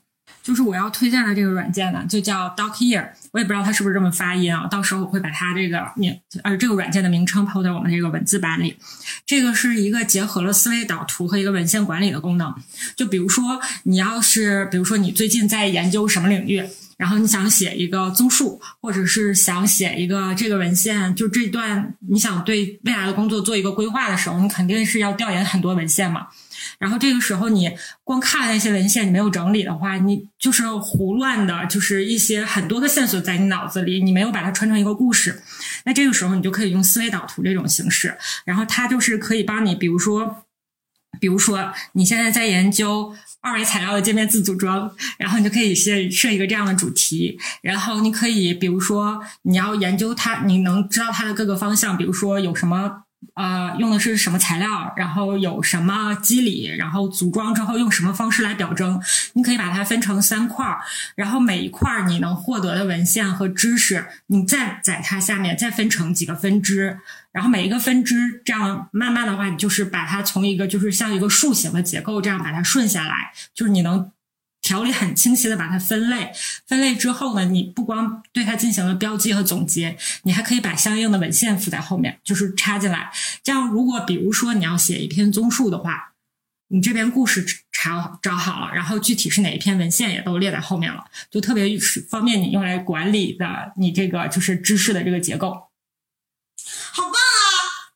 就是我要推荐的这个软件呢，就叫 Dockear， 我也不知道它是不是这么发音啊，到时候我会把它这个名呃这个软件的名称抛在我们这个文字版里。这个是一个结合了思维导图和一个文献管理的功能。就比如说你要是比如说你最近在研究什么领域，然后你想写一个综述，或者是想写一个这个文献，就这段你想对未来的工作做一个规划的时候，你肯定是要调研很多文献嘛。然后这个时候你光看那些文献，你没有整理的话，你就是胡乱的，就是一些很多个线索在你脑子里，你没有把它串成一个故事。那这个时候你就可以用思维导图这种形式，然后它就是可以帮你，比如说比如说你现在在研究二维材料的界面自组装，然后你就可以设设一个这样的主题，然后你可以比如说你要研究它，你能知道它的各个方向，比如说有什么呃，用的是什么材料，然后有什么机理，然后组装之后用什么方式来表征，你可以把它分成三块，然后每一块你能获得的文献和知识，你再在它下面再分成几个分支，然后每一个分支这样慢慢的话，你就是把它从一个就是像一个树形的结构这样把它顺下来，就是你能条理很清晰的把它分类，分类之后呢，你不光对它进行了标记和总结，你还可以把相应的文献附在后面，就是插进来。这样如果比如说你要写一篇综述的话，你这边故事查找好了，然后具体是哪一篇文献也都列在后面了，就特别方便你用来管理的你这个就是知识的这个结构。 好棒啊！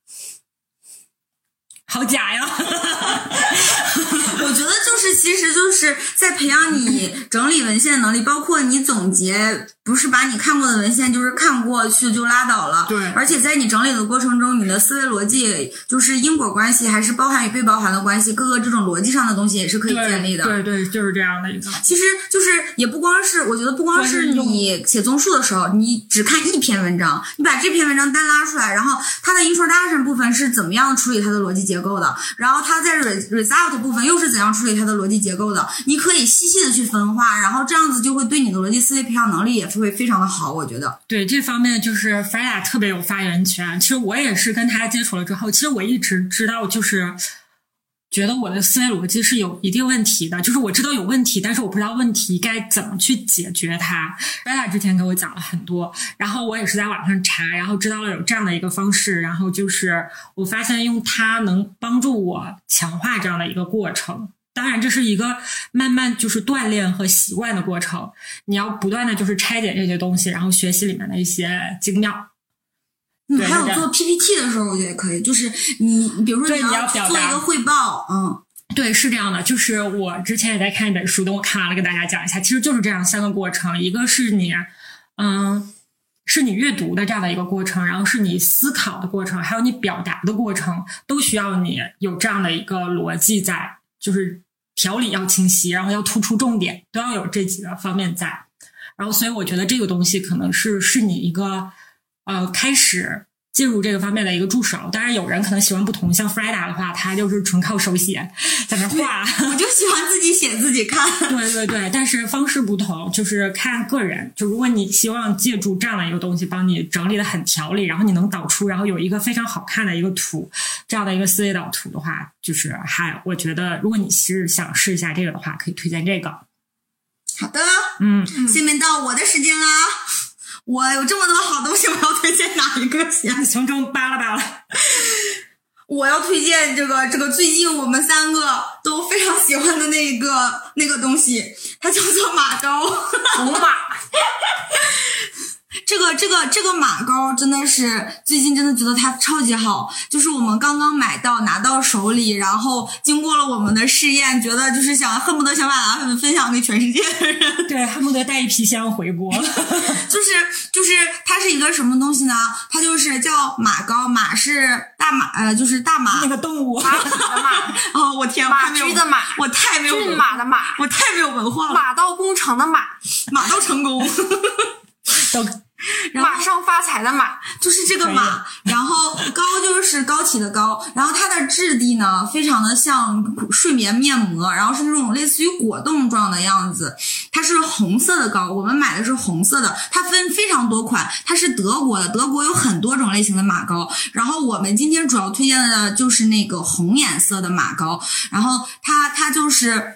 好假呀！ 我觉得就是其实就是在培养你整理文献的能力，包括你总结，不是把你看过的文献就是看过去就拉倒了。 对， 而且在你整理的过程中，你的思维逻辑就是因果关系还是包含与被包含的关系，各个这种逻辑上的东西也是可以建立的。 对 对, 对，就是这样的一个。 其实就是也不光是，我觉得不光是你写综述的时候，你只看一篇文章，你把这篇文章单拉出来，然后它的 introduction 部分是怎么样处理它的逻辑结构的，然后它在 result 部分又是怎样处理它的逻辑结构的，你可以细细的去分化，然后这样子就会对你的逻辑思维培养能力也会非常的好，我觉得。 对，这方面就是 Freda 特别有发言权。其实我也是跟他接触了之后，其实我一直知道，就是觉得我的思维逻辑是有一定问题的，就是我知道有问题，但是我不知道问题该怎么去解决它。Freda 之前给我讲了很多，然后我也是在网上查，然后知道了有这样的一个方式，然后就是我发现用它能帮助我强化这样的一个过程。当然这是一个慢慢就是锻炼和习惯的过程，你要不断的就是拆解这些东西，然后学习里面的一些精妙。 嗯，还有做 P P T 的时候我觉得也可以，就是你比如说你要做一个汇报，嗯， 对，是这样的，就是我之前也在看一本书，等我看完了跟大家讲一下，其实就是这样三个过程，一个是你嗯是你阅读的这样的一个过程，然后是你思考的过程，还有你表达的过程，都需要你有这样的一个逻辑在，就是条理要清晰，然后要突出重点，都要有这几个方面在。然后所以我觉得这个东西可能是是你一个呃开始进入这个方面的一个助手。当然有人可能喜欢不同，像 Freda 的话，他就是纯靠手写在那画， 我就喜欢自己写自己看。 对对对，但是方式不同，就是看个人。就如果你希望借助这样的一个东西帮你整理的很条理，然后你能导出，然后有一个非常好看的一个图，这样的一个思维导图的话，就是还我觉得如果你是想试一下这个的话，可以推荐这个。 好的， 嗯， 下面到我的时间啦。我有这么多好东西，我要推荐哪一个先？ 从中扒拉扒拉。 我要推荐这个这个最近我们三个都非常喜欢的那个那个东西，它叫做马膏。 红马。 这个这个这个马膏真的是最近真的觉得它超级好，就是我们刚刚买到拿到手里，然后经过了我们的试验，觉得就是想恨不得想把它分享给全世界的人。 对，恨不得带一批箱回国。 就是就是它是一个什么东西呢？它就是叫马膏，马是大马呃就是大马那个动物。 马匹的马。 哦，我天， 马驹的马， 我太没有骏马的马， 我太没有文化了。 马到功成的马， 马到成功。 都马上发财的马， 就是这个马，然后膏就是膏体的膏，然后它的质地呢非常的像睡眠面膜，然后是那种类似于果冻状的样子，它是红色的膏，我们买的是红色的，它分非常多款，它是德国的，德国有很多种类型的马膏，然后我们今天主要推荐的就是那个红颜色的马膏，然后它它就是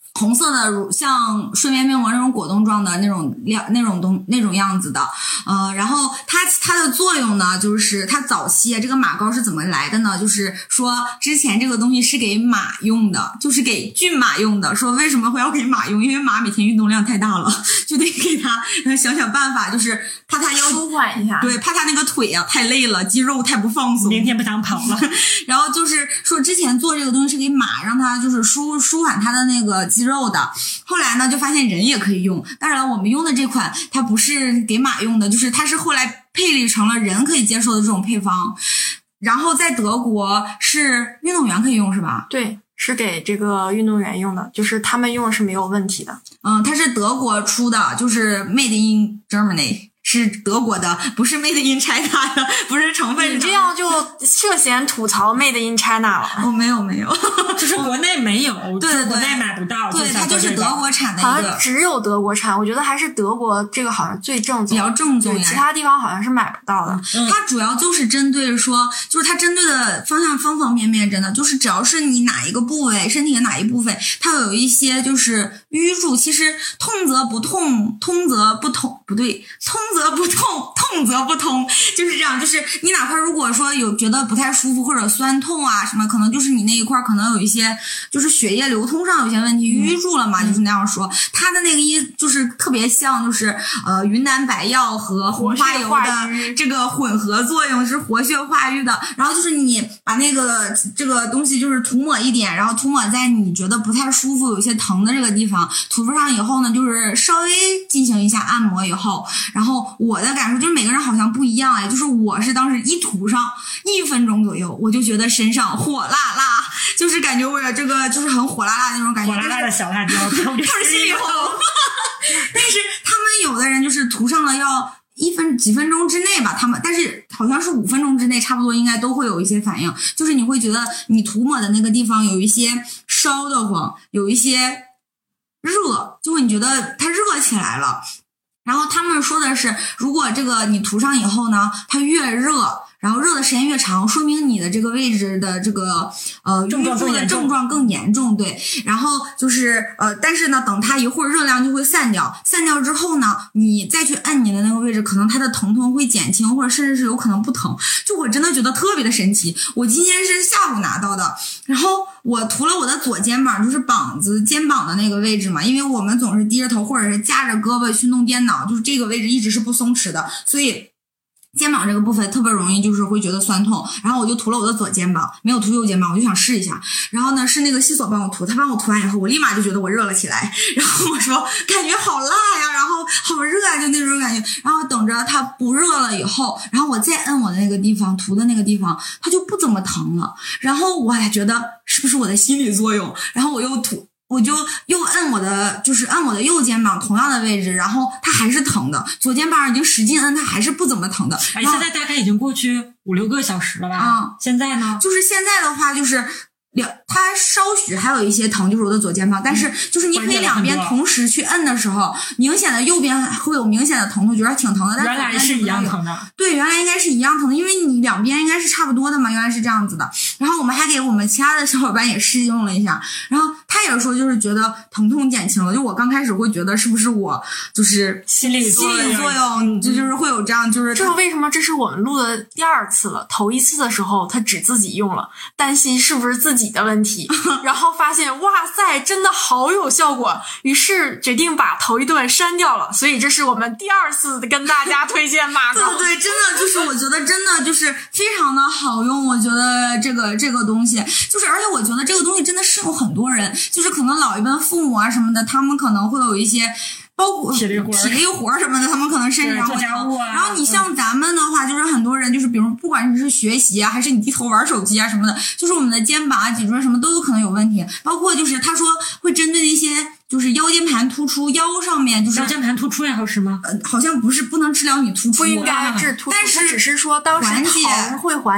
红色的乳像睡眠面膜那种果冻状的那种样那种东那种样子的，呃，然后它它的作用呢，就是它早期这个马膏是怎么来的呢？就是说之前这个东西是给马用的，就是给骏马用的。说为什么会要给马用？因为马每天运动量太大了，就得给它想想办法，就是怕它要舒缓一下， 对，怕它那个腿啊太累了，肌肉太不放松， 明天不想跑了。 然后就是说之前做这个东西是给马，让它就是舒舒缓它的那个肌肉的。后来呢，就发现人也可以用。当然，我们用的这款它不是给马用的，就是它是后来配理成了人可以接受的这种配方。然后在德国是运动员可以用是吧？ 对，是给这个运动员用的，就是他们用是没有问题的。 嗯，它是德国出的，就是 Made in Germany。是德国的，不是 Made in China 的，不是成分。 你这样就涉嫌吐槽 Made in China 了。 哦，没有没有， 就是国内没有， 对对对， 国内买不到。 对，它就是德国产的一个， 好像只有德国产。我觉得还是德国这个好像最正宗， 比较正宗呀。 其他地方好像是买不到的。 嗯、它主要就是针对说，就是它针对的方向方方面面，真的就是只要是你哪一个部位，身体的哪一部分，它有一些就是淤住。其实痛则不痛，通则不通，不对，通则不痛。痛则不通，就是这样。就是你哪怕如果说有觉得不太舒服或者酸痛啊什么，可能就是你那一块可能有一些就是血液流通上有些问题，淤住了嘛，嗯、就是那样说。它的那个一就是特别像就是呃云南白药和红花油的这个混合作用，是活血化瘀的。然后就是你把那个这个东西就是涂抹一点，然后涂抹在你觉得不太舒服、有些疼的这个地方，涂上以后呢，就是稍微进行一下按摩以后，然后我的感受就是。每个人好像不一样哎，就是我是当时一涂上一分钟左右，我就觉得身上火辣辣，就是感觉我这个就是很火辣辣的那种感觉， 火辣辣的小辣椒，看着心里红。但是他们有的人就是涂上了要一分几分钟之内吧，他们但是好像是五分钟之内，差不多应该都会有一些反应，就是你会觉得你涂抹的那个地方有一些烧得慌，有一些热，就会你觉得它热起来了。然后他们说的是，如果这个你涂上以后呢，它越热，然后热的时间越长，说明你的这个位置的这个呃症状的症状更严重，对。然后就是呃，但是呢，等它一会儿热量就会散掉，散掉之后呢，你再去按你的那个位置，可能它的疼痛会减轻，或者甚至是有可能不疼。就我真的觉得特别的神奇。我今天是下午拿到的，然后我涂了我的左肩膀，就是膀子肩膀的那个位置嘛，因为我们总是低着头或者是夹着胳膊去弄电脑，就是这个位置一直是不松弛的，所以肩膀这个部分特别容易就是会觉得酸痛，然后我就涂了我的左肩膀，没有涂右肩膀，我就想试一下。然后呢，是那个西索帮我涂，他帮我涂完以后，我立马就觉得我热了起来。然后我说感觉好辣呀，然后好热啊，就那种感觉。然后等着它不热了以后，然后我再摁我的那个地方，涂的那个地方，它就不怎么疼了。然后我还觉得是不是我的心理作用？然后我又涂。我就又摁我的，就是按我的右肩膀同样的位置，然后它还是疼的。左肩膀已经使劲摁，它还是不怎么疼的。 哎，现在大概已经过去五六个小时了吧？ 嗯， 现在呢？ 就是现在的话，就是两，它稍许还有一些疼，就是我的左肩膀，但是就是你可以两边同时去摁的时候，明显的右边会有明显的疼痛，觉得挺疼的。但是原来是一样疼的。 对，原来应该是一样疼的，因为你两边应该是差不多的嘛，原来是这样子的。然后我们还给我们其他的小伙伴也试用了一下，然后他也说就是觉得疼痛减轻了。就我刚开始会觉得是不是我就是心理心理作用，就就是会有这样，就是这是为什么？这是我们录的第二次了，头一次的时候他只自己用了，担心是不是自己的问题，然后发现哇塞，真的好有效果，于是决定把头一段删掉了。所以这是我们第二次跟大家推荐马膏。 对对，真的就是我觉得真的就是非常的好用。我觉得这个这个东西就是，而且我觉得这个东西真的适用很多人，就是可能老一辈父母啊什么的，他们可能会有一些包括体力活体力活什么的，他们可能身上会疼。 啊、 然后你像咱们的话，就是很多人就是比如不管是学习啊，还是你低头玩手机啊什么的，就是我们的肩膀啊、脊椎什么都有可能有问题。包括就是他说会针对那些就是腰间盘突出，腰上面就是腰间盘突出也好使吗？ 呃，好像不是不能治疗你突出， 不应该治突出，但是只是说当时疼会缓解。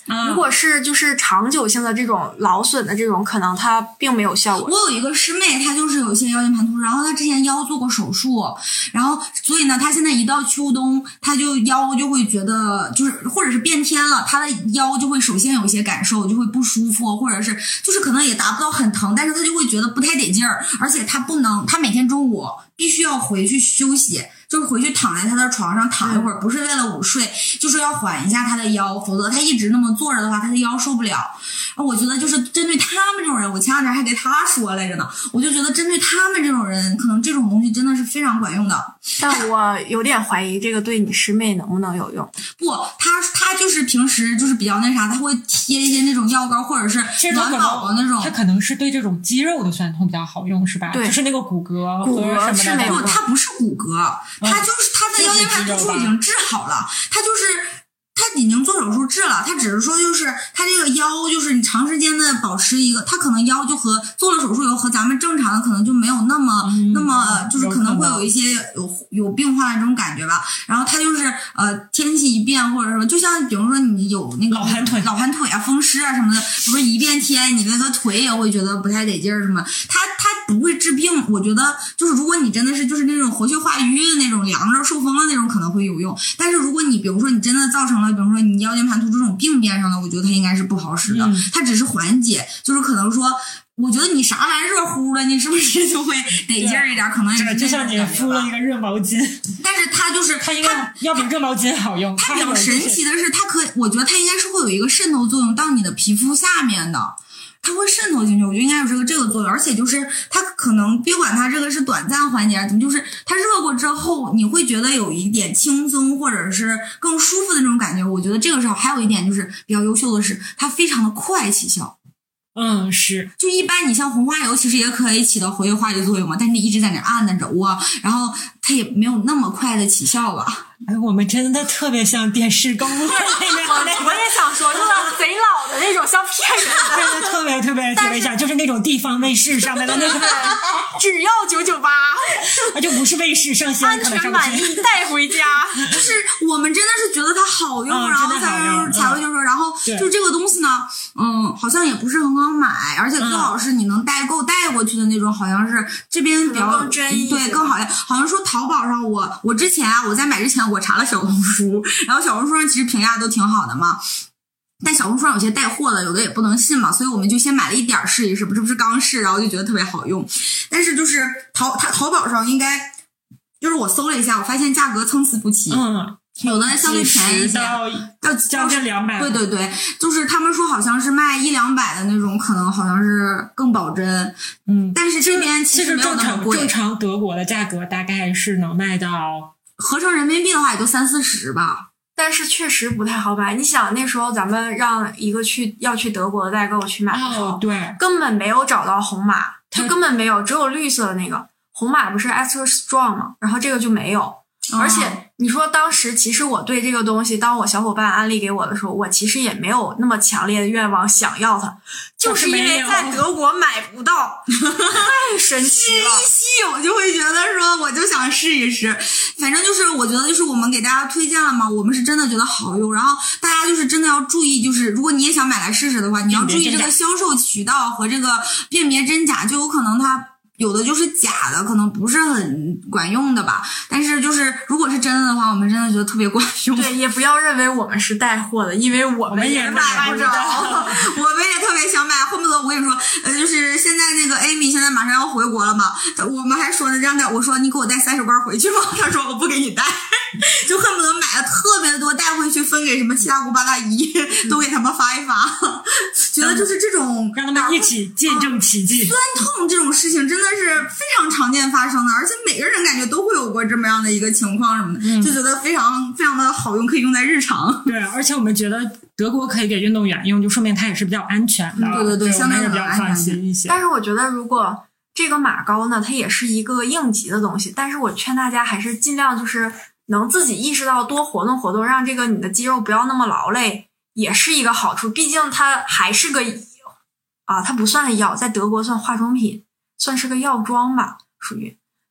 如果是就是长久性的这种劳损的这种，可能它并没有效果。 我有一个师妹，她就是有一些腰间盘突出，然后她之前腰做过手术，然后所以呢，她现在一到秋冬，她就腰就会觉得就是或者是变天了，她的腰就会首先有一些感受，就会不舒服，或者是就是可能也达不到很疼，但是她就会觉得不太得劲儿，而且她不能，她每天中午必须要回去休息。就是回去躺在他的床上躺一会儿，不是为了午睡，就是要缓一下他的腰，否则他一直那么坐着的话，他的腰受不了。我觉得就是针对他们这种人，我前两天还给他说来着呢，我就觉得针对他们这种人，可能这种东西真的是非常管用的。 但我有点怀疑这个对你师妹能不能有用。 不，他他就是平时就是比较那啥，他会贴一些那种药膏或者是暖宝宝那种。 他可能是对这种肌肉的酸痛比较好用，是吧？ 对， 就是那个骨骼骨骼是没有不，他不是骨骼。他就是他的腰间盘突出已经治好了，他就是他已经做手术治了，他只是说就是他这个腰就是你长时间的保持一个，他可能腰就和做了手术以后和咱们正常的可能就没有那么、嗯、那么就是可能会有一些有有变化的这种感觉吧。然后他就是呃天气一变或者什么，就像比如说你有那个老寒腿老寒腿啊风湿啊什么的，不是一变天你那个腿也会觉得不太得劲儿什么，他他不会治病。我觉得就是如果你真的是就是那种活血化瘀的那种凉着受风的那种可能会有用，但是如果你比如说你真的造成了比如说你腰间盘突出这种病变上的，我觉得它应该是不好使的、嗯、它只是缓解，就是可能说我觉得你啥玩意热乎的你是不是就会得劲儿一点，可能也是就像你敷了一个热毛巾， 但是它就是它应该要比热毛巾好用。 它比较神奇的是它可以，我觉得它应该是会有一个渗透作用到你的皮肤下面的，它会渗透进去，我觉得应该有这个这个作用，而且就是它可能别管它这个是短暂缓解怎么，就是它热过之后你会觉得有一点轻松或者是更舒服的那种感觉。我觉得这个时候还有一点就是比较优秀的是它非常的快起效。 嗯，是。 就一般你像红花油其实也可以起到活跃化学作用嘛，但是你一直在那按着揉啊，然后它也没有那么快的起效吧。 哎，我们真的特别像电视购物那边。 我也想说，就是贼老的那种，像骗人的。 真的特别特别特别像，就是那种地方卫视上面的那种， 只要九九八， 啊，就不是卫视上线， 安全满意带回家。 就是我们真的是觉得它好用， 嗯、 然后才会才会就说，然后就这个东西呢，嗯，好像也不是很好买，而且最好是你能代购带过去的那种，好像是这边比较更真一些， 对，更好一点。好像说淘宝上我，我我之前啊，我在买之前我查了小红书，然后小红书上其实评价都挺好的嘛。但小红书上有些带货的，有的也不能信嘛，所以我们就先买了一点试一试，不是不是刚试，然后就觉得特别好用。但是就是淘它淘宝上应该，就是我搜了一下，我发现价格参差不齐， 嗯， 有的相对便宜一些， 到将近两百， 对对对，就是他们说好像是卖一两百的那种，可能好像是更保真， 嗯， 但是这边其实没有那么贵， 正常德国的价格大概是能卖到合成人民币的话也就三四十吧。 但是确实不太好买。你想那时候咱们让一个去要去德国的代购去买的时候， 哦，对， 根本没有找到红码，就根本没有，只有绿色的那个红码不是 extra strong 吗？然后这个就没有。哦、而且你说当时其实我对这个东西，当我小伙伴安利给我的时候，我其实也没有那么强烈的愿望想要它，就是因为在德国买不到，太神奇了。 一稀有就会觉得说我就想试一试，反正就是我觉得就是我们给大家推荐了嘛，我们是真的觉得好用，然后大家就是真的要注意，就是如果你也想买来试试的话，你要注意这个销售渠道和这个辨别真假，就有可能它有的就是假的，可能不是很管用的吧。但是就是如果是真的的话，我们真的觉得特别管用。 对，也不要认为我们是带货的，因为我们也买不着，我们也特别想买，恨不得我跟你说，呃，就是现在那个 Amy 现在马上要回国了嘛，我们还说呢，让他我说你给我带三十罐回去吗？他说我不给你带，就恨不得买了特别多带回去分给什么七大姑八大姨，都给他们发一发。觉得就是这种让他们一起见证奇迹。 酸痛这种事情真的是非常常见发生的，而且每个人感觉都会有过这么样的一个情况什么的，嗯、就觉得非常非常的好用，可以用在日常。 对，而且我们觉得德国可以给运动员用，就说明它也是比较安全的。 嗯、对对对，相对比较放心一些。 但是我觉得如果这个马膏呢，它也是一个应急的东西，但是我劝大家还是尽量就是能自己意识到多活动活动，让这个你的肌肉不要那么劳累，也是一个好处。毕竟它还是个啊，它不算药，在德国算化妆品，算是个药妆吧，属于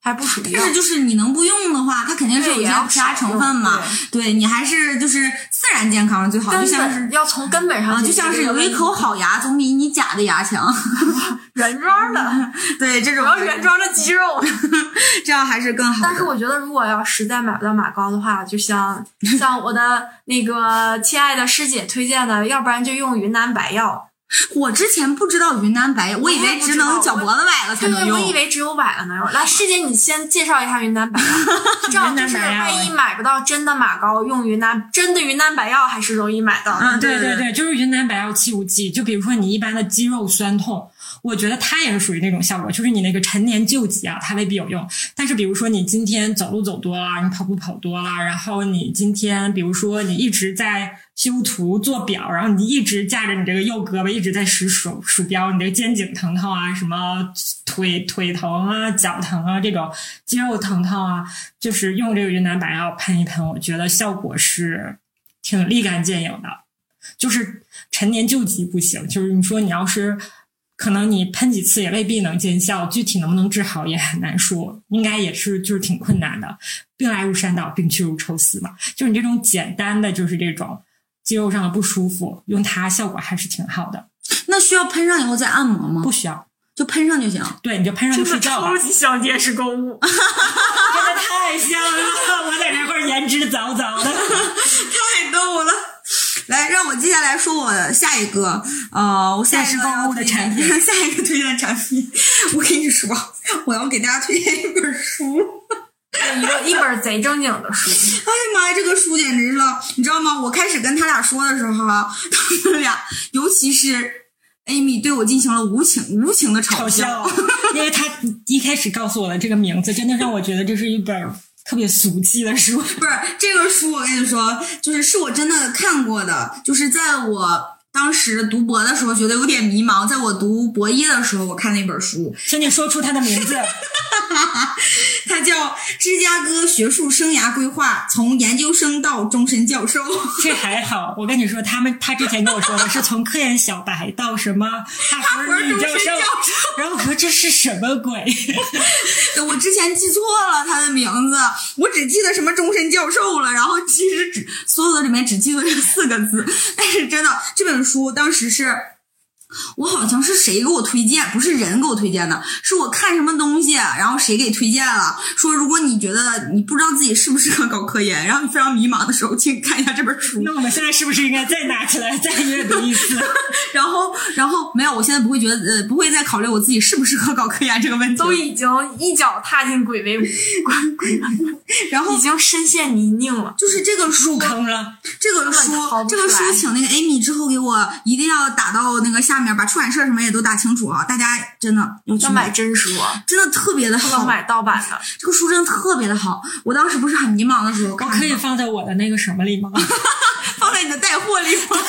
还不属于但是就是你能不用的话，它肯定是有一些其他成分嘛。对, 对你还是就是自然健康最好，就像是要从根本上、 啊，就像是有一口好牙总比你假的牙强。 原装的， 对这种主要原装的肌肉， 这样还是更好的。 但是我觉得如果要实在买不到马膏的话，就像像我的那个亲爱的师姐推荐的，要不然就用云南白药。 我之前不知道云南白药，我以为只能脚脖子崴了才能用。 对，我以为只有崴了能用。来，师姐你先介绍一下云南白药，这样就是万一买不到真的马膏，用云南真的云南白药还是容易买到的。 嗯，对对对，就是云南白药气雾剂。就比如说你一般的肌肉酸痛，我觉得它也是属于那种效果，就是你那个陈年旧疾啊，它未必有用。但是比如说你今天走路走多了，你跑步跑多了，然后你今天比如说你一直在修图做表，然后你一直架着你这个右胳膊一直在使鼠鼠标，你这个肩颈疼痛啊，什么腿腿疼啊，脚疼啊，这种肌肉疼痛啊，就是用这个云南白药喷一喷，我觉得效果是挺立竿见影的。就是陈年旧疾不行，就是你说你要是可能你喷几次也未必能见效，具体能不能治好也很难说，应该也是就是挺困难的。病来如山倒，病去如抽丝嘛，就是你这种简单的就是这种肌肉上的不舒服，用它效果还是挺好的。 那需要喷上以后再按摩吗？ 不需要， 就喷上就行。 对，你就喷上就睡觉吧。 超级像电视购物， 真的太像了，我在这块颜值早早的， 太逗了。来，让我接下来说我的下一个，呃，我下一个购物的产品， 下一个推荐的产品，我跟你说，我要给大家推荐一本书。 一个一本贼正经的书。 哎呀妈呀，这个书简直了，你知道吗？我开始跟他俩说的时候，他们俩，尤其是 Amy 对我进行了无情无情的嘲笑，因为他一开始告诉我的这个名字，真的让我觉得这是一本特别俗气的书。 不是这个书，我跟你说，就是是我真的看过的，就是在我当时读博的时候觉得有点迷茫，在我读博一的时候我看那本书， 请你说出它的名字。 它叫《芝加哥学术生涯规划：从研究生到终身教授》。 这还好，我跟你说，他们他之前跟我说的是从科研小白到什么哈佛女教授，然后我说这是什么鬼？ 我之前记错了他的名字，我只记得什么终身教授了，然后其实只所有的里面只记得这四个字。但是真的这本书当时是我好像是谁给我推荐，不是人给我推荐的，是我看什么东西然后谁给推荐了，说如果你觉得你不知道自己适不适合搞科研，然后你非常迷茫的时候，请看一下这本书。 那我们现在是不是应该再拿起来再阅读一次？ 然后然后没有，我现在不会觉得呃不会再考虑我自己适不适合搞科研这个问题， 都已经一脚踏进鬼为鬼然后已经深陷泥泞了， 就是这个书入坑了。 这个书这个书请那个 Amy 之后给我一定要打到那个下面，把出版社什么也都打清楚啊！大家真的要去买真书， 真的特别的好， 不能买盗版的。 这个书真的特别的好，我当时不是很迷茫的时候， 我可以放在我的那个什么里吗？ 放在你的带货里吗？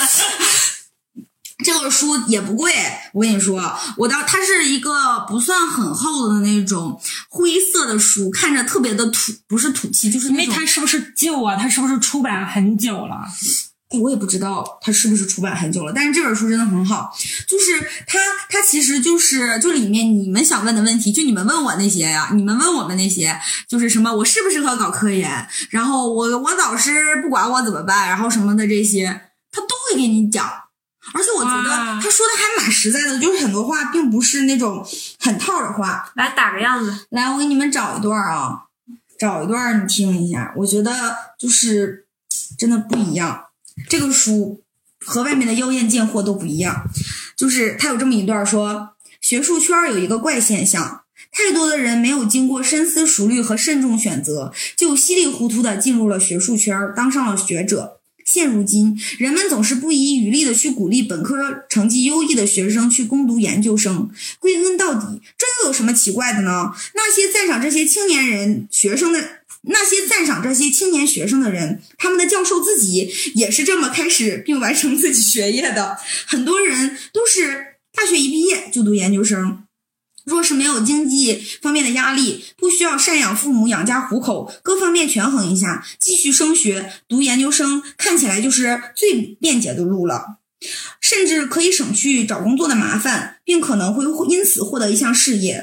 这个书也不贵，我跟你说，我当它是一个不算很厚的那种灰色的书，看着特别的土，不是土气，就是那种。 因为它是不是旧啊？它是不是出版很久了？ 我也不知道它是不是出版很久了，但是这本书真的很好，就是它它其实就是就里面你们想问的问题，就你们问我那些呀，你们问我们那些，就是什么我适不适合搞科研，然后我我导师不管我怎么办，然后什么的这些，他都会给你讲。而且我觉得他说的还蛮实在的，就是很多话并不是那种很套的话。 来打个样子， 来我给你们找一段啊，找一段你听一下，我觉得就是真的不一样。这个书和外面的妖艳贱货都不一样，就是他有这么一段说，学术圈有一个怪现象，太多的人没有经过深思熟虑和慎重选择，就稀里糊涂地进入了学术圈，当上了学者。现如今，人们总是不遗余力地去鼓励本科成绩优异的学生去攻读研究生。归根到底，这又有什么奇怪的呢？那些赞赏这些青年人学生的那些赞赏这些青年学生的人，他们的教授自己也是这么开始并完成自己学业的。很多人都是大学一毕业就读研究生。若是没有经济方面的压力，不需要赡养父母养家糊口，各方面权衡一下，继续升学读研究生看起来就是最便捷的路了，甚至可以省去找工作的麻烦，并可能会因此获得一项事业。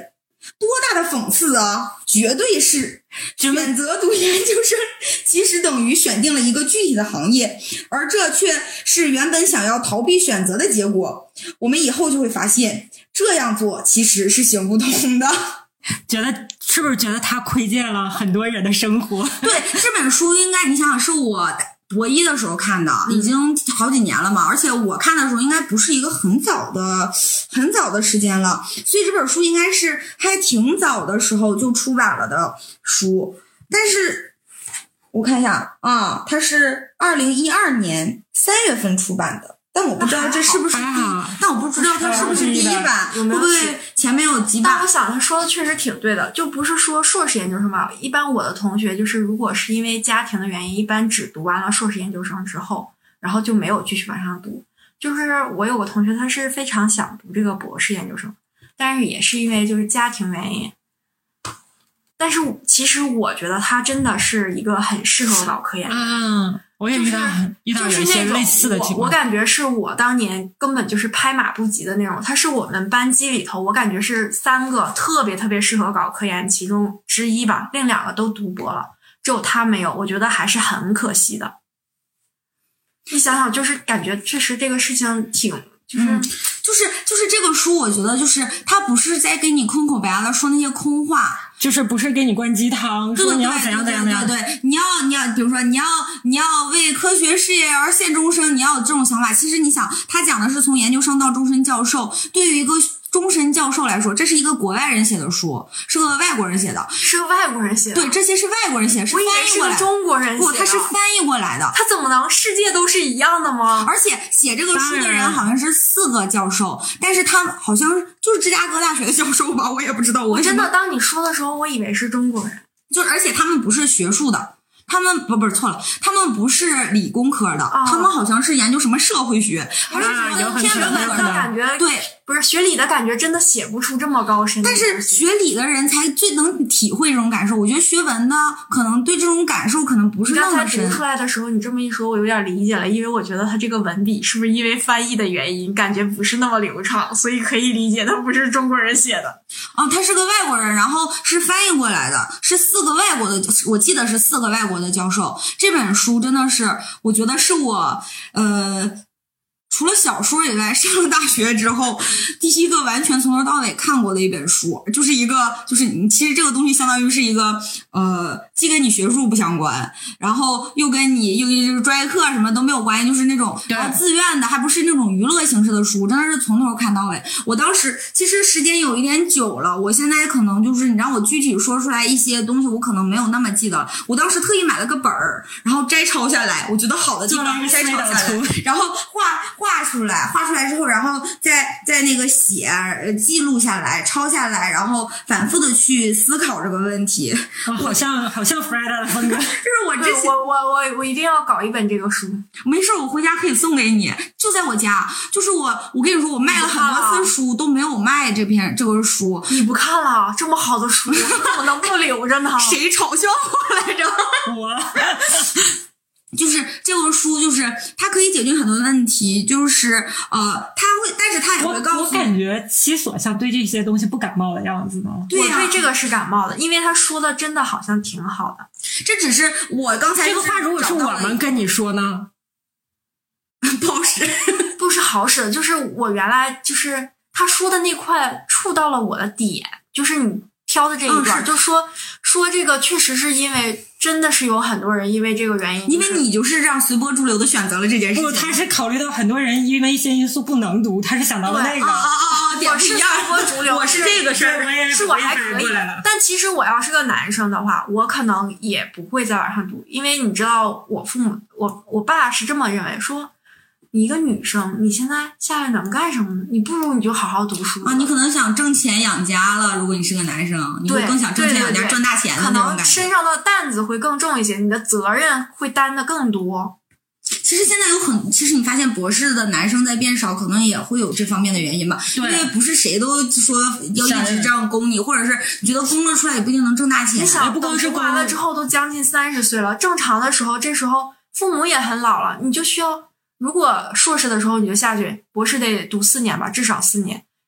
多大的讽刺啊！绝对是选择读研究生，其实等于选定了一个具体的行业，而这却是原本想要逃避选择的结果。我们以后就会发现，这样做其实是行不通的。 觉得是不是觉得他窥见了很多人的生活？ 对，这本书应该你想想是我博一的时候看的，已经好几年了嘛，而且我看的时候应该不是一个很早的很早的时间了，所以这本书应该是还挺早的时候就出版了的书。但是我看一下啊，它是二零一二年三月份出版的，但我不知道这是不是第一，但我不知道它是不是第一版，会不会前面有几版？ 但我想他说的确实挺对的，就不是说硕士研究生吧。一般我的同学就是，如果是因为家庭的原因，一般只读完了硕士研究生之后，然后就没有继续往上读。就是我有个同学，他是非常想读这个博士研究生，但是也是因为就是家庭原因。但是其实我觉得他真的是一个很适合搞科研的。 嗯，我也遇到、就是、遇到有一些类似的情况。 我, 我感觉是我当年根本就是拍马不及的那种。他是我们班级里头，我感觉是三个特别特别适合搞科研其中之一吧，另两个都读博了，只有他没有，我觉得还是很可惜的。你想想，就是感觉确实这个事情挺就是、嗯、 就是就是这个书，我觉得就是他不是在给你空口白牙的说那些空话， 就是不是给你灌鸡汤，说你要怎样怎样怎样。 对对对，你要你要，比如说你要你要为科学事业而献终生，你要有这种想法。其实你想，他讲的是从研究生到终身教授，对于一个终身教授来说，这是一个国外人写的书，是个外国人写的， 是个外国人写的。 对，这些是外国人写的，是翻译过来的。 我以为是个中国人写的。 不，他是翻译过来的。 他怎么能世界都是一样的吗？ 而且写这个书的人好像是四个教授，但是他好像就是芝加哥大学的教授吧，我也不知道。我真的，当你说的时候，我以为是中国人。 就而且他们不是学术的。他们不不是错了，他们不是理工科的，哦、他们好像是研究什么社会学，还是什么天文的感觉？ 对， 不是学理的感觉，真的写不出这么高深的。 但是学理的人才最能体会这种感受。我觉得学文的可能对这种感受可能不是那么深。 刚才读出来的时候，你这么一说，我有点理解了，因为我觉得他这个文笔是不是因为翻译的原因，感觉不是那么流畅，所以可以理解他不是中国人写的。 啊，他是个外国人，然后是翻译过来的，是四个外国的，我记得是四个外国的教授。这本书真的是，我觉得是我呃，除了小说以外，上了大学之后第一个完全从头到尾看过的一本书，就是一个就是你其实这个东西相当于是一个呃，既跟你学术不相关，然后又跟你又就是专业课什么都没有关系，就是那种呃自愿的，还不是那种娱乐形式的书，真的是从头看到尾。我当时其实时间有一点久了，我现在可能就是你让我具体说出来一些东西，我可能没有那么记得了。我当时特意买了个本儿，然后摘抄下来，我觉得好的地方摘抄下来，然后画画出来，画出来之后，然后再再那个写记录下来，抄下来，然后反复的去思考这个问题。 哦、好像好像 Freda 的风格， 就是我之前我我我我一定要搞一本这个书。 没事，我回家可以送给你，就在我家。就是我，我跟你说，我卖了很多次书都没有卖这篇这个书。 你不看了？这么好的书，你怎么能不留着呢？ 谁嘲笑我来着？ 我。 就是这本书，就是它可以解决很多问题，就是呃，它会，但是它也会告诉我。我感觉七所像对这些东西不感冒的样子呢。 对呀、啊，我对这个是感冒的，因为他说的真的好像挺好的。 这只是我刚才这个话，如果是我们跟你说呢， 不好使， 不是好使的。就是我原来就是他说的那块触到了我的点，就是你挑的这一段，嗯、就说说这个确实是因为。真的是有很多人因为这个原因、就是， 因为你就是让随波逐流的选择了这件事情。 不，他是考虑到很多人因为一些因素不能读，他是想到了那个。 啊啊啊！ 我是随波逐流， 我是这个事儿， 是我还可以。但其实我要是个男生的话，我可能也不会在网上读，因为你知道，我父母，我我爸是这么认为，说你一个女生，你现在下来能干什么呢？你不如你就好好读书啊！你可能想挣钱养家了，如果你是个男生，你会更想挣钱养家、赚大钱的那种感觉。 可能身上的担子会更重一些，你的责任会担得更多。 其实现在有很，其实你发现博士的男生在变少，可能也会有这方面的原因吧。因为不是谁都说要一直这样供你，或者是你觉得工作出来也不一定能挣大钱。 你想， 不光是完了之后都将近三十岁了，正常的时候，这时候父母也很老了，你就需要。如果硕士的时候你就下去，博士得读四年吧，至少四年。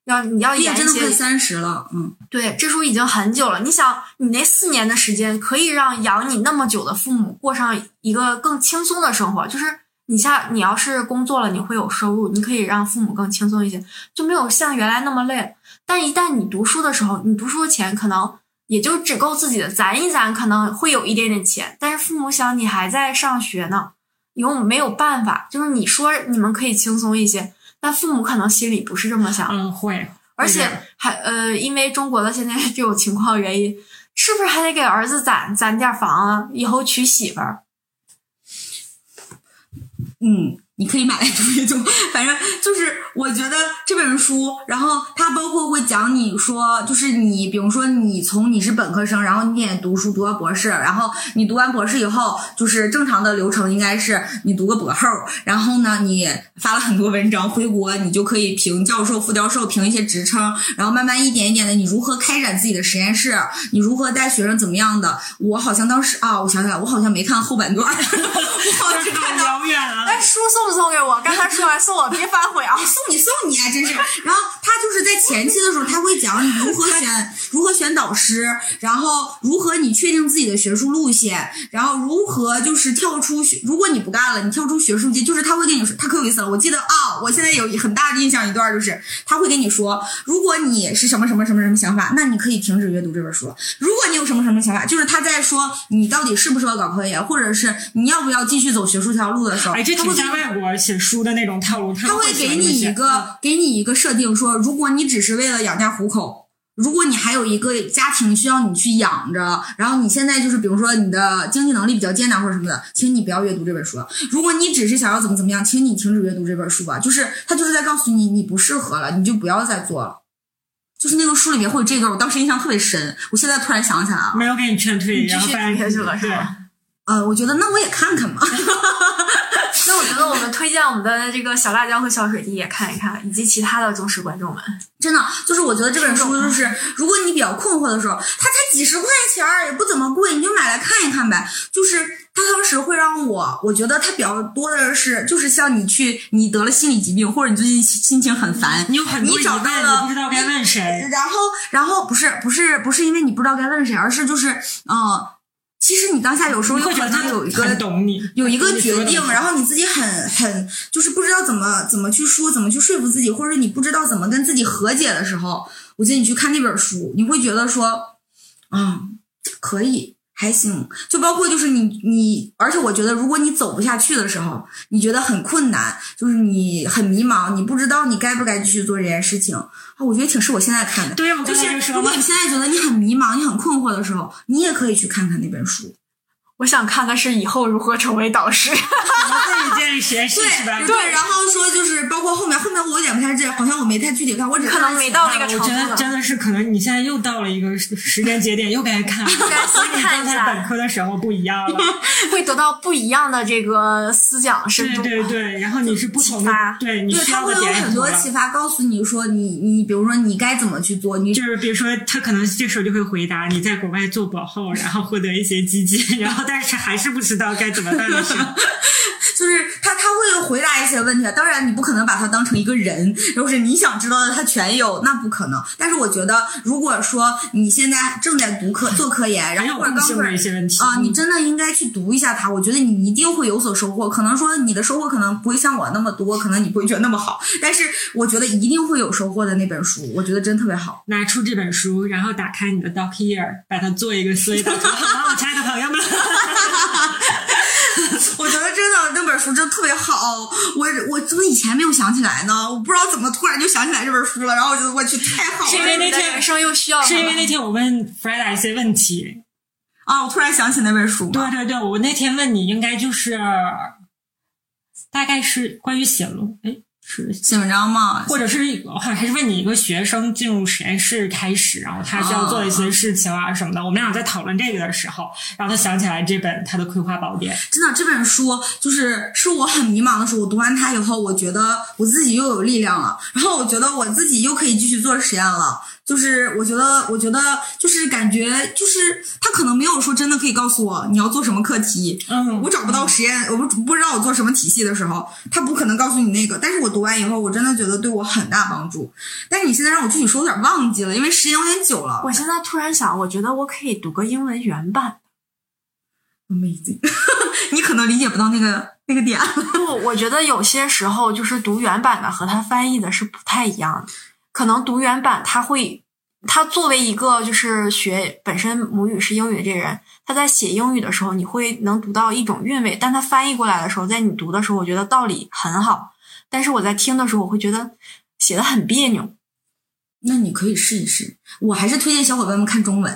要你要研一些， 真的快三十了，嗯， 对，这书已经很久了。你想，你那四年的时间可以让养你那么久的父母过上一个更轻松的生活，就是你下你要是工作了，你会有收入，你可以让父母更轻松一些，就没有像原来那么累。但一旦你读书的时候，你读书的钱可能也就只够自己的攒一攒，可能会有一点点钱，但是父母想你还在上学呢，有没有办法？就是你说你们可以轻松一些，但父母可能心里不是这么想。 嗯，会。 而且还呃，因为中国的现在这种情况原因，是不是还得给儿子攒攒点房啊？以后娶媳妇儿。 嗯，你可以买来读一读，反正就是我觉得这本书，然后它包括会讲你说，就是你比如说你从你是本科生，然后你也读书读到博士，然后你读完博士以后，就是正常的流程应该是你读个博后，然后呢你发了很多文章，回国你就可以评教授、副教授，评一些职称，然后慢慢一点一点的，你如何开展自己的实验室，你如何带学生怎么样的。我好像当时啊，我想起来，我好像没看后半段，我好像只看到遥远啊。 哎，书送不送给我？刚才说完送我，别反悔啊！ 送你送你啊，真是。然后他就是在前期的时候，他会讲你如何选，如何选导师，然后如何你确定自己的学术路线，然后如何就是跳出学，如果你不干了，你跳出学术界，就是他会跟你说，他可有意思了。我记得啊，我现在有很大的印象一段，就是他会跟你说，如果你是什么什么什么什么想法，那你可以停止阅读这本书。如果你有什么什么想法，就是他在说你到底适不适合搞科研，或者是你要不要继续走学术条路的时候， 哎，这挺像外国写书的那种套路， 他会给你一个给你一个设定，说如果你只是为了养家糊口，如果你还有一个家庭需要你去养着，然后你现在就是比如说你的经济能力比较艰难或者什么的，请你不要阅读这本书。如果你只是想要怎么怎么样，请你停止阅读这本书吧。就是他就是在告诉你，你不适合了，你就不要再做了。就是那个书里面会有这个，我当时印象特别深，我现在突然想起来了， 没有给你劝退，然后翻下去了是吧？ 呃，我觉得那我也看看吧。 那我觉得我们推荐我们的这个小辣椒和小水滴也看一看，以及其他的忠实观众们。 真的，就是我觉得这本书就是，如果你比较困惑的时候，它才几十块钱儿，也不怎么贵，你就买来看一看呗。就是它当时会让我，我觉得它比较多的是，就是像你去，你得了心理疾病，或者你最近心情很烦， 你有很多疑问，你不知道该问谁。 然后，然后不是不是不是因为你不知道该问谁，而是就是嗯。呃其实你当下有时候有可能有一个有一个决定，然后你自己很很就是不知道怎么怎么去说，怎么去说服自己，或者你不知道怎么跟自己和解的时候，我觉得你去看那本书，你会觉得说，嗯，可以。还行，就包括就是你你，而且我觉得，如果你走不下去的时候，你觉得很困难，就是你很迷茫，你不知道你该不该继续做这件事情啊，我觉得挺适合我现在看的。 对，我就是如果你现在觉得你很迷茫，你很困惑的时候，你也可以去看看那本书。 我想看的是以后如何成为导师。 我自己建立实验室是吧？ 对，然后说就是包括后面后面我有点不太记得，好像我没太具体看，我只可能没到那个程度。 我觉得真的是可能你现在又到了一个时间节点，又该看， 该先看一下。 本科的时候不一样了， 会得到不一样的这个思想深度。 对对对，然后你是不同的，对你需要的点。对，他会有很多启发，告诉你说你你比如说你该怎么去做，你就是比如说他可能这时候就会回答你在国外做博后，然后获得一些基金，然后但是还是不知道该怎么办的时候。 就是他他会回答一些问题，当然你不可能把他当成一个人，就是你想知道的他全有，那不可能。但是我觉得，如果说你现在正在读科做科研，然后或者刚会一些问题啊、呃，你真的应该去读一下它。我觉得你一定会有所收获。可能说你的收获可能不会像我那么多，可能你不会觉得那么好，但是我觉得一定会有收获的那本书，我觉得真特别好。 拿出这本书，然后打开你的 Doc Year， 把它做一个思维导图。好，我亲爱的朋友们。 我觉得真的那本书真的特别好，我我怎么以前没有想起来呢？我不知道怎么突然就想起来这本书了，然后我觉得我去太好了。 是因为那天人生又需要， 是因为那天我问 Freda 一些问题啊，我突然想起那本书。 对对对，我那天问你应该就是大概是关于写论，哎。是写文章吗？ 或者是还是问你一个学生进入实验室开始，然后他需要做一些事情啊什么的。我们俩在讨论这个的时候，然后他想起来这本他的葵花宝典。 真的，这本书就是是我很迷茫的时候，我读完它以后，我觉得我自己又有力量了，然后我觉得我自己又可以继续做实验了。 就是我觉得，我觉得就是感觉，就是他可能没有说真的可以告诉我你要做什么课题。 嗯， 我找不到实验，我不不知道我做什么体系的时候，他不可能告诉你那个。但是我读完以后，我真的觉得对我很大帮助。但是你现在让我具体说，有点忘记了，因为时间有点久了。 我现在突然想，我觉得我可以读个英文原版。 Amazing， 你可能理解不到那个那个点。 不，我觉得有些时候就是读原版的和他翻译的是不太一样的。可能读原版他会，他作为一个就是学本身母语是英语的这个人，他在写英语的时候你会能读到一种韵味，但他翻译过来的时候，在你读的时候我觉得道理很好，但是我在听的时候我会觉得写得很别扭。 那你可以试一试，我还是推荐小伙伴们看中文。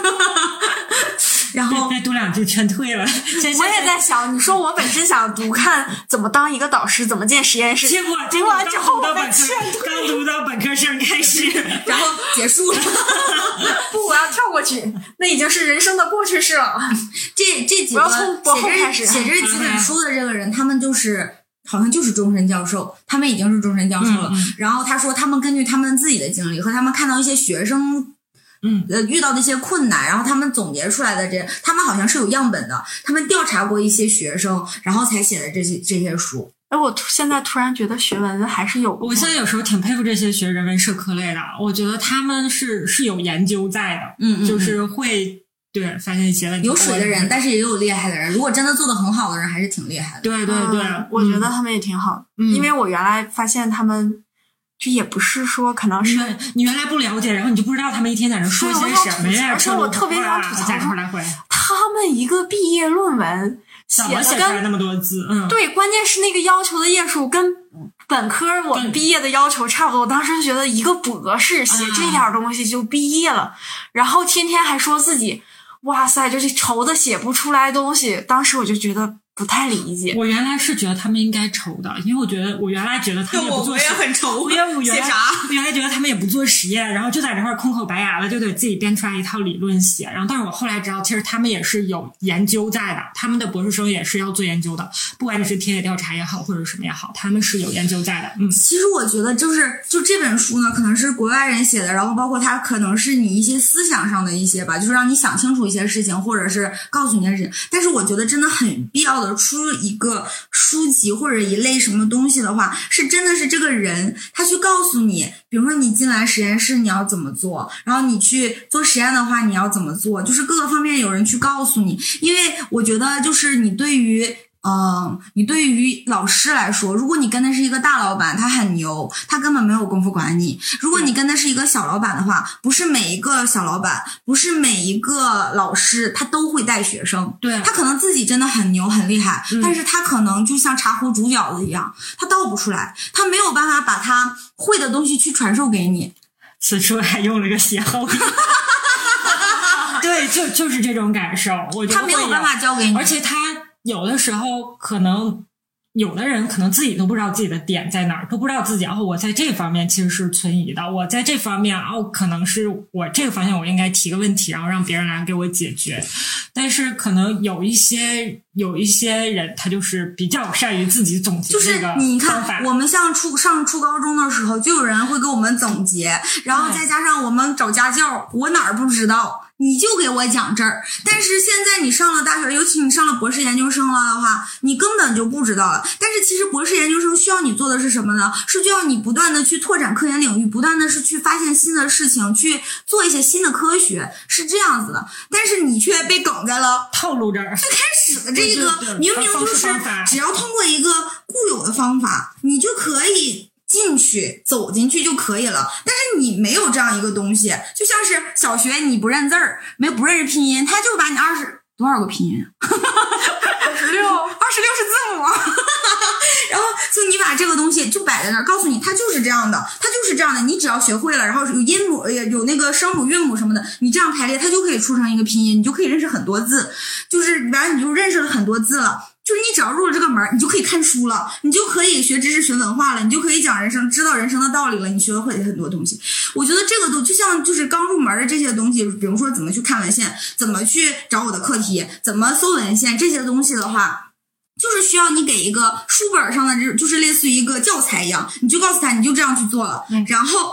然后再读两句全退了。 我也在想，你说我本身想读看怎么当一个导师，怎么建实验室， 结果结果之后我被本劝退， 刚读到本科生开始， 然后结束了。 不，我要跳过去，那已经是人生的过去式了。 这这几个我要从博后开始写这写这几本书的这个人，他们就是好像就是终身教授，他们已经是终身教授了。 嗯嗯、 然后他说，他们根据他们自己的经历和他们看到一些学生。 嗯， 呃，遇到的一些困难，然后他们总结出来的这，他们好像是有样本的，他们调查过一些学生，然后才写的这些这些书。 哎，我现在突然觉得学文还是有， 我现在有时候挺佩服这些学人文社科类的，我觉得他们是是有研究在的， 嗯, 嗯, 嗯， 就是会对发现一些问题。 有水的人，但是也有厉害的人。如果真的做得很好的人，还是挺厉害的。 对对对， 嗯、我觉得他们也挺好的、嗯，因为我原来发现他们。就也不是说可能是你原来不了解，然后你就不知道他们一天在那说些什么呀。 而且我特别想吐槽出来回他们一个毕业论文写的写出来那么多字，嗯， 对，关键是那个要求的页数跟本科我们毕业的要求差不多。我当时觉得一个博士写这点东西就毕业了，嗯、然后天天还说自己哇塞，就是愁的写不出来东西。当时我就觉得。不太理解， 我原来是觉得他们应该愁的，因为我觉得我原来觉得他们也不做， 我也很愁， 因为我原来写啥？ 我原来觉得他们也不做实验，然后就在这块空口白牙的，就得自己编出来一套理论写。然后，但是我后来知道，其实他们也是有研究在的，他们的博士生也是要做研究的，不管你是田野调查也好，或者什么也好，他们是有研究在的。嗯， 其实我觉得就是就这本书呢，可能是国外人写的，然后包括它可能是你一些思想上的一些吧，就是让你想清楚一些事情，或者是告诉你一些事情。但是我觉得真的很必要的出一个。个书籍或者一类什么东西的话，是真的是这个人他去告诉你，比如说你进来实验室你要怎么做，然后你去做实验的话你要怎么做，就是各个方面有人去告诉你。因为我觉得就是你对于嗯，你对于老师来说，如果你跟的是一个大老板，他很牛，他根本没有功夫管你。如果你跟的是一个小老板的话，不是每一个小老板，不是每一个老师他都会带学生。 对， 他可能自己真的很牛很厉害、嗯、但是他可能就像茶壶煮饺子一样，他倒不出来，他没有办法把他会的东西去传授给你。 此处还用了个歇后语。对，就就是这种感受，我觉得他没有办法教给你， 而且他有的时候可能有的人可能自己都不知道自己的点在哪儿，都不知道自己哦，我在这方面其实是存疑的，我在这方面哦，可能是我这个方向我应该提个问题，然后让别人来给我解决。但是可能有一些有一些人他就是比较善于自己总结这个方法。 就是你看我们像初上初高中的时候就有人会给我们总结，然后再加上我们找家教，我哪儿不知道你就给我讲这儿。但是现在你上了大学，尤其你上了博士研究生了的话，你根本就不知道了。但是其实博士研究生需要你做的是什么呢？是需要你不断的去拓展科研领域，不断的是去发现新的事情，去做一些新的科学，是这样子的。但是你却被梗在了套路这儿， 最开始的这个对对对， 明明就是只要通过一个固有的方法，你就可以进去走进去就可以了。但是你没有这样一个东西，就像是小学你不认字儿，没有不认识拼音，他就把你二十多少个拼音二十六二十六是字母然后就你把这个东西就摆在那儿，告诉你它就是这样的，它就是这样的，你只要学会了，然后有音母有那个声母韵母什么的，你这样排列它就可以出成一个拼音，你就可以认识很多字，就是完了你就认识了很多字了。就是你只要入了这个门，你就可以看书了，你就可以学知识学文化了，你就可以讲人生，知道人生的道理了，你学会很多东西。我觉得这个都就像就是刚入门的这些东西，比如说怎么去看文献，怎么去找我的课题，怎么搜文献，这些东西的话就是需要你给一个书本上的，就是类似于一个教材一样，你就告诉他你就这样去做了、嗯、然后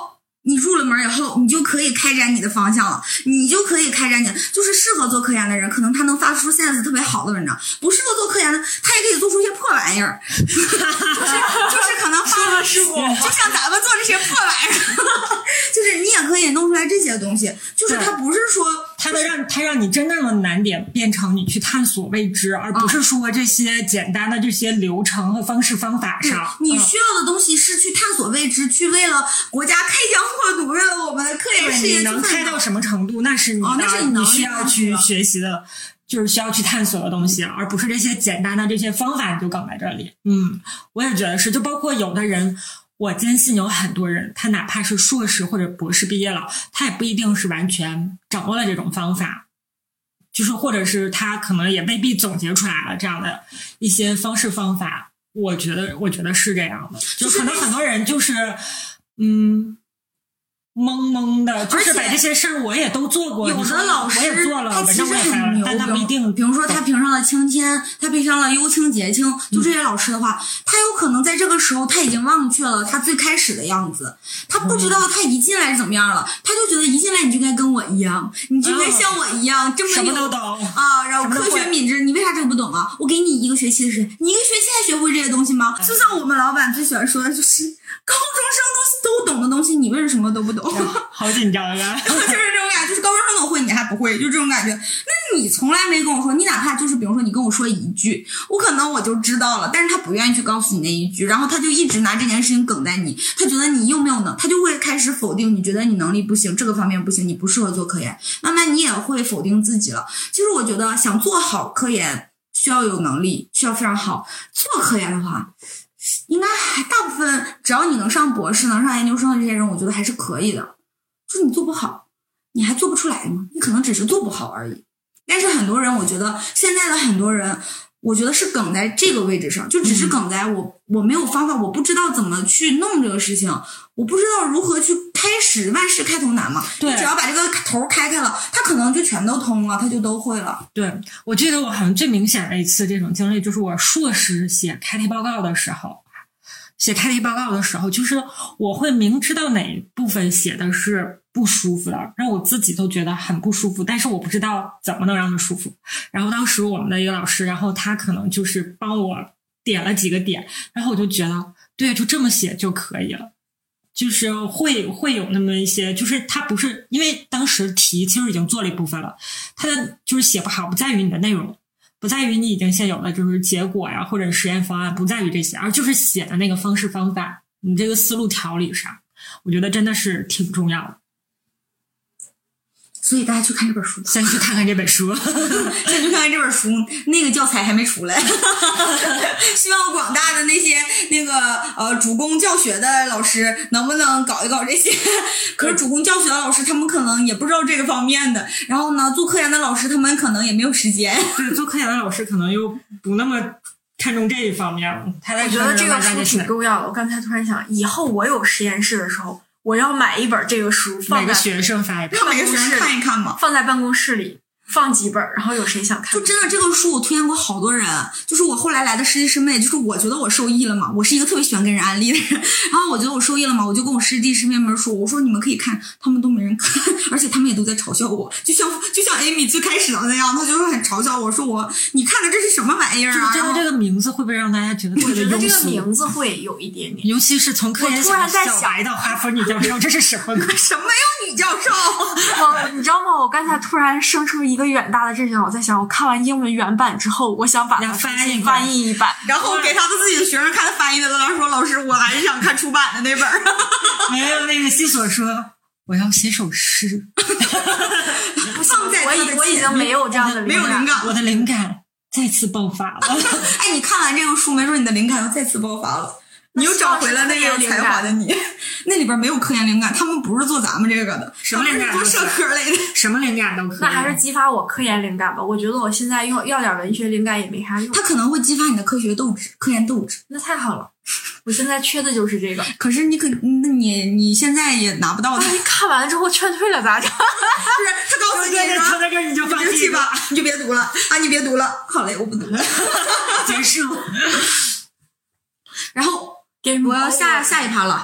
你入了门以后，你就可以开展你的方向了，你就可以开展你的，就是适合做科研的人，可能他能发出 sense 特别好的文章；不适合做科研的，他也可以做出一些破玩意儿，就是就是可能发的是我，就像咱们做这些破玩意儿，就是你也可以弄出来这些东西，就是它不是说。 它能让它让你真正的难点变成你去探索未知，而不是说这些简单的这些流程和方式方法上。 你需要的东西是去探索未知，去为了国家开疆扩土，为了我们的科研事业。 你能开到什么程度，那是你的、 哦、那是 你, 你需要去学习的，就是需要去探索的东西，而不是这些简单的这些方法你就搞在这里。嗯，我也觉得是，就包括有的人。我坚信有很多人，他哪怕是硕士或者博士毕业了，他也不一定是完全掌握了这种方法，就是或者是他可能也未必总结出来了这样的一些方式方法。我觉得，我觉得是这样的，就可能很多人就是，嗯。懵懵的，就是把这些事儿我也都做过。 有的老师我也做了， 他其实很牛， 但他不一定。 比如说他评上了青签，他评上了优青、节青，就这些老师的话，嗯、他有可能在这个时候他已经忘却了他最开始的样子，他不知道他一进来是怎么样了，他就觉得一进来你就该跟我一样，你就该像我一样、哦、这么什么都懂啊，然后科学敏智，你为啥这个不懂啊？我给你一个学期的时间，你一个学期还学会这些东西吗？就像我们老板最喜欢说的就是。高中生都懂的东西，你为什么都不懂？ 好紧张啊！ 就是这种感觉，就是高中生都会，你还不会，就这种感觉。那你从来没跟我说，你哪怕就是比如说你跟我说一句，我可能我就知道了，但是他不愿意去告诉你那一句，然后他就一直拿这件事情梗在你，他觉得你又没有能，他就会开始否定你，觉得你能力不行，这个方面不行，你不适合做科研，慢慢你也会否定自己了。其实我觉得想做好科研，需要有能力，需要非常好。做科研的话。应该还大部分，只要你能上博士、能上研究生的这些人，我觉得还是可以的。就是你做不好，你还做不出来吗？你可能只是做不好而已。但是很多人，我觉得现在的很多人，我觉得是梗在这个位置上，就只是梗在我、嗯、我没有方法，我不知道怎么去弄这个事情，我不知道如何去开始，万事开头难嘛。对，只要把这个头开开了，他可能就全都通了，他就都会了。 对，我记得我好像最明显的一次这种经历，就是我硕士写开题报告的时候。写开题报告的时候，就是我会明知道哪部分写的是不舒服的，让我自己都觉得很不舒服，但是我不知道怎么能让它舒服。然后当时我们的一个老师，然后他可能就是帮我点了几个点，然后我就觉得对，就这么写就可以了。就是会会有那么一些，就是他不是因为当时题其实已经做了一部分了，他的就是写不好不在于你的内容。不在于你已经现有的就是结果呀，或者实验方案，不在于这些，而就是写的那个方式方法，你这个思路条理上，我觉得真的是挺重要的。 所以大家去看这本书， 先去看看这本书， 先去看看这本书，那个教材还没出来。希望广大的那些那个呃主攻教学的老师能不能搞一搞这些？可是主攻教学的老师他们可能也不知道这个方面的，然后呢，做科研的老师他们可能也没有时间。 对，做科研的老师可能又不那么看重这一方面。他在我觉得这个书挺重要的。我刚才突然想，以后我有实验室的时候。我要买一本这个书，放在每个学生发一本， 让每个学生看一看嘛， 放在办公室里，放几本，然后有谁想看？ 就真的这个书我推荐过好多人，就是我后来来的师弟师妹，就是我觉得我受益了嘛，我是一个特别喜欢跟人安利的人，然后我觉得我受益了嘛，我就跟我师弟师妹们说，我说你们可以看，他们都没人看，而且他们也都在嘲笑我，就像就像 Amy 最开始的那样，他就是很嘲笑我说我，你看的这是什么玩意儿啊？ 这个这个名字会不会让大家觉得特别庸俗？ 我觉得这个名字会有一点点， 尤其是从科研小白到哈佛女教授，这是什么？ 什么有女教授？ 我你知道吗？我刚才突然生出一个远大的志向，我在想，我看完英文原版之后，我想把它翻译翻译一版， 然后给他们自己的学生看翻译的，他说老师，我还是想看出版的那本。 没有那个西索说我要写首诗。 放在我已我已经没有这样的没有灵感， 我的灵感再次爆发了。 哎，你看完这个书，没准你的灵感又再次爆发了。你又找回了那个有才华的你。那里边没有科研灵感，他们不是做咱们这个的， 什么灵感？ 做社科类的， 什么灵感都可以。 那还是激发我科研灵感吧。我觉得我现在用要点文学灵感也没啥用。 它可能会激发你的科学斗志、科研斗志。 那太好了，我现在缺的就是这个。 可是你可，那你你现在也拿不到的。 哎，看完了之后劝退了咋整？ 就是他告诉你说， 说在这儿你就放弃吧，你就别读了啊，你别读了。好嘞，我不读了， 结束。 然后。我要下下一趴了，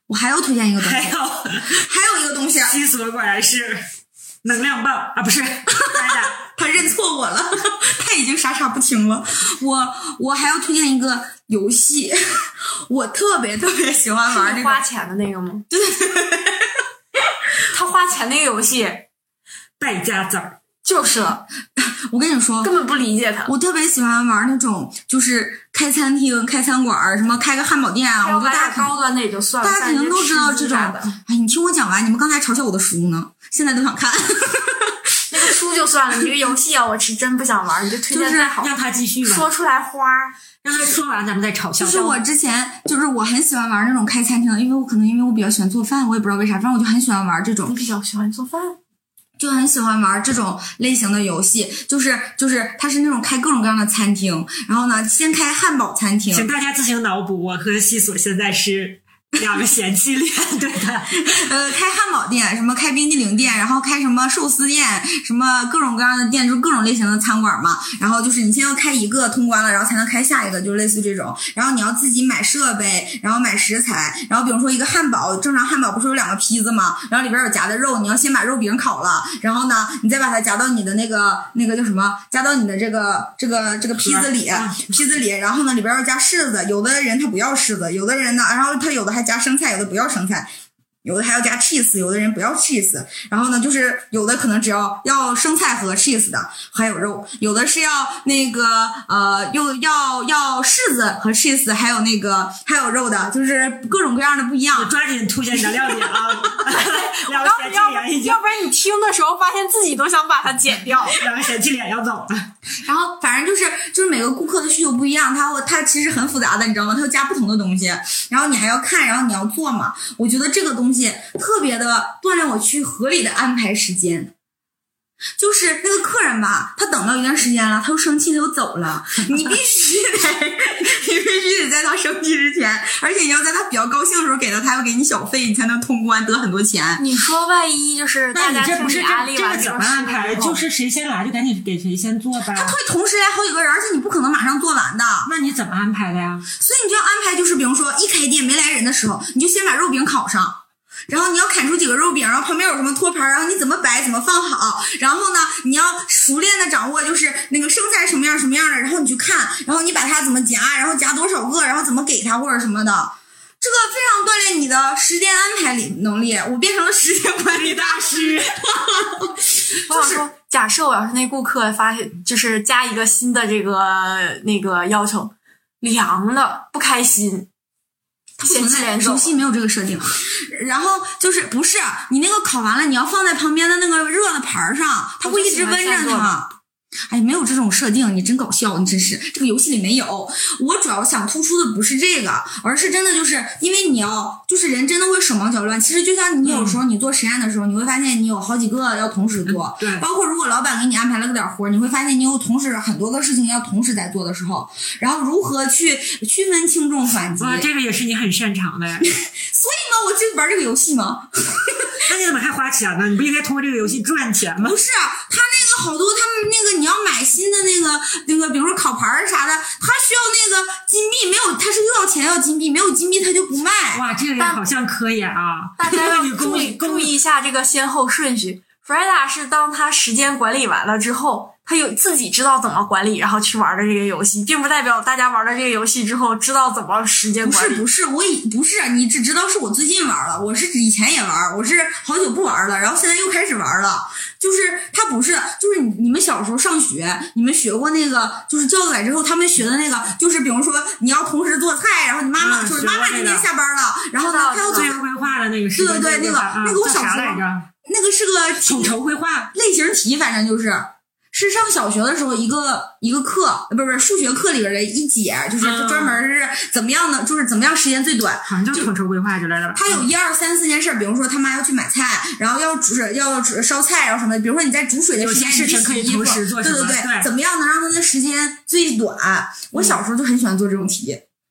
我还要推荐一个东西， 还有还有一个东西， 西索果然是能量棒啊，不是他认错我了，他已经傻傻不听了。我我还要推荐一个游戏，我特别特别喜欢玩那个花钱的那个吗？ 对对对， 他花钱那个游戏败家子儿， 就是了， 我跟你说， 根本不理解他。 我特别喜欢玩那种，就是开餐厅、开餐馆，什么开个汉堡店啊。我觉得大家高端的也就算了， 大家肯定都知道这种。哎，你听我讲完，你们刚才嘲笑我的书呢，现在都想看。 那个书就算了，你这个游戏啊，我是真不想玩，你就推荐再好， 让他继续吧， 说出来花， 让他说完咱们再嘲笑。 就是我之前，就是我很喜欢玩那种开餐厅，因为我可能因为我比较喜欢做饭，我也不知道为啥，反正我就很喜欢玩这种。 你比较喜欢做饭？ 就很喜欢玩这种类型的游戏，就是就是它是那种开各种各样的餐厅，然后呢，先开汉堡餐厅。 请大家自行脑补，我和西索现在是两个贤妻恋对的。 呃，开汉堡店，什么开冰激凌店，然后开什么寿司店，什么各种各样的店，就是各种类型的餐馆嘛。然后就是你先要开一个通关了，然后才能开下一个，就是类似于这种。然后你要自己买设备，然后买食材。然后比如说一个汉堡，正常汉堡不是有两个坯子吗？然后里边有夹的肉，你要先把肉饼烤了，然后呢，你再把它夹到你的那个那个叫什么？夹到你的这个这个这个坯子里，坯子里。然后呢，里边要加柿子，有的人他不要柿子，有的人呢，然后他有的还加生菜，有的不要生菜。有的还要加 cheese， 有的人不要 cheese， 然后呢，就是有的可能只要要生菜和 cheese 的，还有肉，有的是要那个呃，又要要柿子和 cheese， 还有那个还有肉的，就是各种各样的不一样。 我抓紧凸显你的亮点啊！两个贤妻脸已经， 要不然你听的时候发现自己都想把它剪掉， 两个贤妻脸要走了。 然后反正就是就是每个顾客的需求不一样，它它其实很复杂的，你知道吗？它要加不同的东西，然后你还要看，然后你要做嘛。我觉得这个东西特别的锻炼我去合理的安排时间。就是那个客人吧，他等到一段时间了，他又生气，他又走了。你必须得，你必须得在他生气之前，而且你要在他比较高兴的时候给他，他要给你小费，你才能通关得很多钱。 你说万一就是大家这不是压力这个怎么安排？就是谁先来就赶紧给谁先做吧。 他会同时来好几个人，而且你不可能马上做完的。 那你怎么安排的呀？ 所以你就要安排，就是比如说一开店没来人的时候，你就先把肉饼烤上。然后你要砍出几个肉饼，然后旁边有什么托盘，然后你怎么摆怎么放好，然后呢你要熟练的掌握就是那个生菜什么样什么样的，然后你去看，然后你把它怎么夹，然后夹多少个，然后怎么给它或者什么的，这个非常锻炼你的时间安排力能力。我变成了时间管理大师。 我想说，假设我要是那顾客发现就是加一个新的这个那个要求，凉的不开心。 它不存在，游戏没有这个设定。然后就是不是你那个烤完了，你要放在旁边的那个热的盘上，它会一直温着呢。哎，没有这种设定，你真搞笑，你真是这个游戏里没有。我主要想突出的不是这个，而是真的就是因为你要就是人真的会手忙脚乱。其实就像你有时候你做实验的时候，嗯、你会发现你有好几个要同时做， 嗯、对， 包括如果老板给你安排了个点活，你会发现你有同时很多个事情要同时在做的时候，然后如何去区分轻重缓急。 哇，这个也是你很擅长的。所以嘛，我就玩这个游戏嘛。 那你怎么还花钱呢？你不应该通过这个游戏赚钱吗？ 不是，他那个好多他们那个你要买新的那个那个，比如说烤盘啥的，他需要那个金币，没有，他是又要钱要金币，没有金币他就不卖。 哇，这个好像可以啊！ 大家要注意注意一下这个先后顺序。Freda 是当他时间管理完了之后，他有自己知道怎么管理，然后去玩的这个游戏，并不代表大家玩的这个游戏之后知道怎么时间管理。 不是不是，我以不是你只知道是我最近玩了，我是以前也玩，我是好久不玩了，然后现在又开始玩了。就是他不是，就是你你们小时候上学，你们学过那个，就是教改之后他们学的那个，就是比如说你要同时做菜，然后你妈妈、嗯、就是妈妈今天下班了，然后呢他要做规划的那个时间， 对对对，那个、 啊、 那个我小时候来着。 那个是个统筹规划类型题，反正就是是上小学的时候一个一个课，不是不是数学课里边的一节，就是专门是怎么样的，就是怎么样时间最短， 好像就统筹规划之类的吧。 他有一二三四件事，比如说他妈要去买菜，然后要煮要煮烧菜，然后什么的。比如说你在煮水的时间， 事情可以同时做， 对对对，怎么样能让他的时间最短？我小时候就很喜欢做这种题。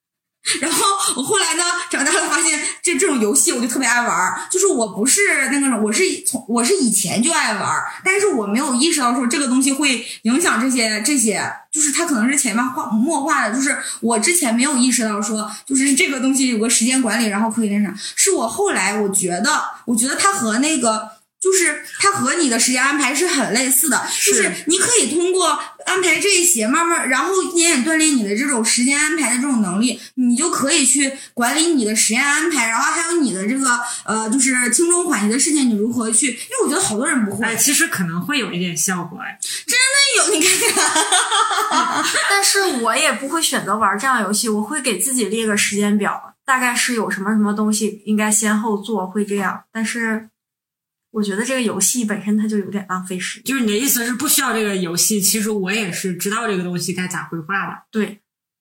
然后我后来呢，长大了发现这这种游戏我就特别爱玩，就是我不是那个，我是从我是以前就爱玩，但是我没有意识到说这个东西会影响这些这些，就是它可能是潜移默化的，就是我之前没有意识到说，就是这个东西有个时间管理，然后可以那啥，是我后来我觉得，我觉得它和那个。就是它和你的时间安排是很类似的，就是你可以通过安排这些慢慢，然后也也锻炼你的这种时间安排的这种能力，你就可以去管理你的时间安排，然后还有你的这个呃，就是轻重缓急的事情你如何去，因为我觉得好多人不会。 哎，其实可能会有一点效果，哎， 真的有，你看看。 但是我也不会选择玩这样的游戏，我会给自己列个时间表，大概是有什么什么东西应该先后做，会这样，但是。我觉得这个游戏本身它就有点浪费时间。 就是你的意思是不需要这个游戏，其实我也是知道这个东西该咋规划的。 对，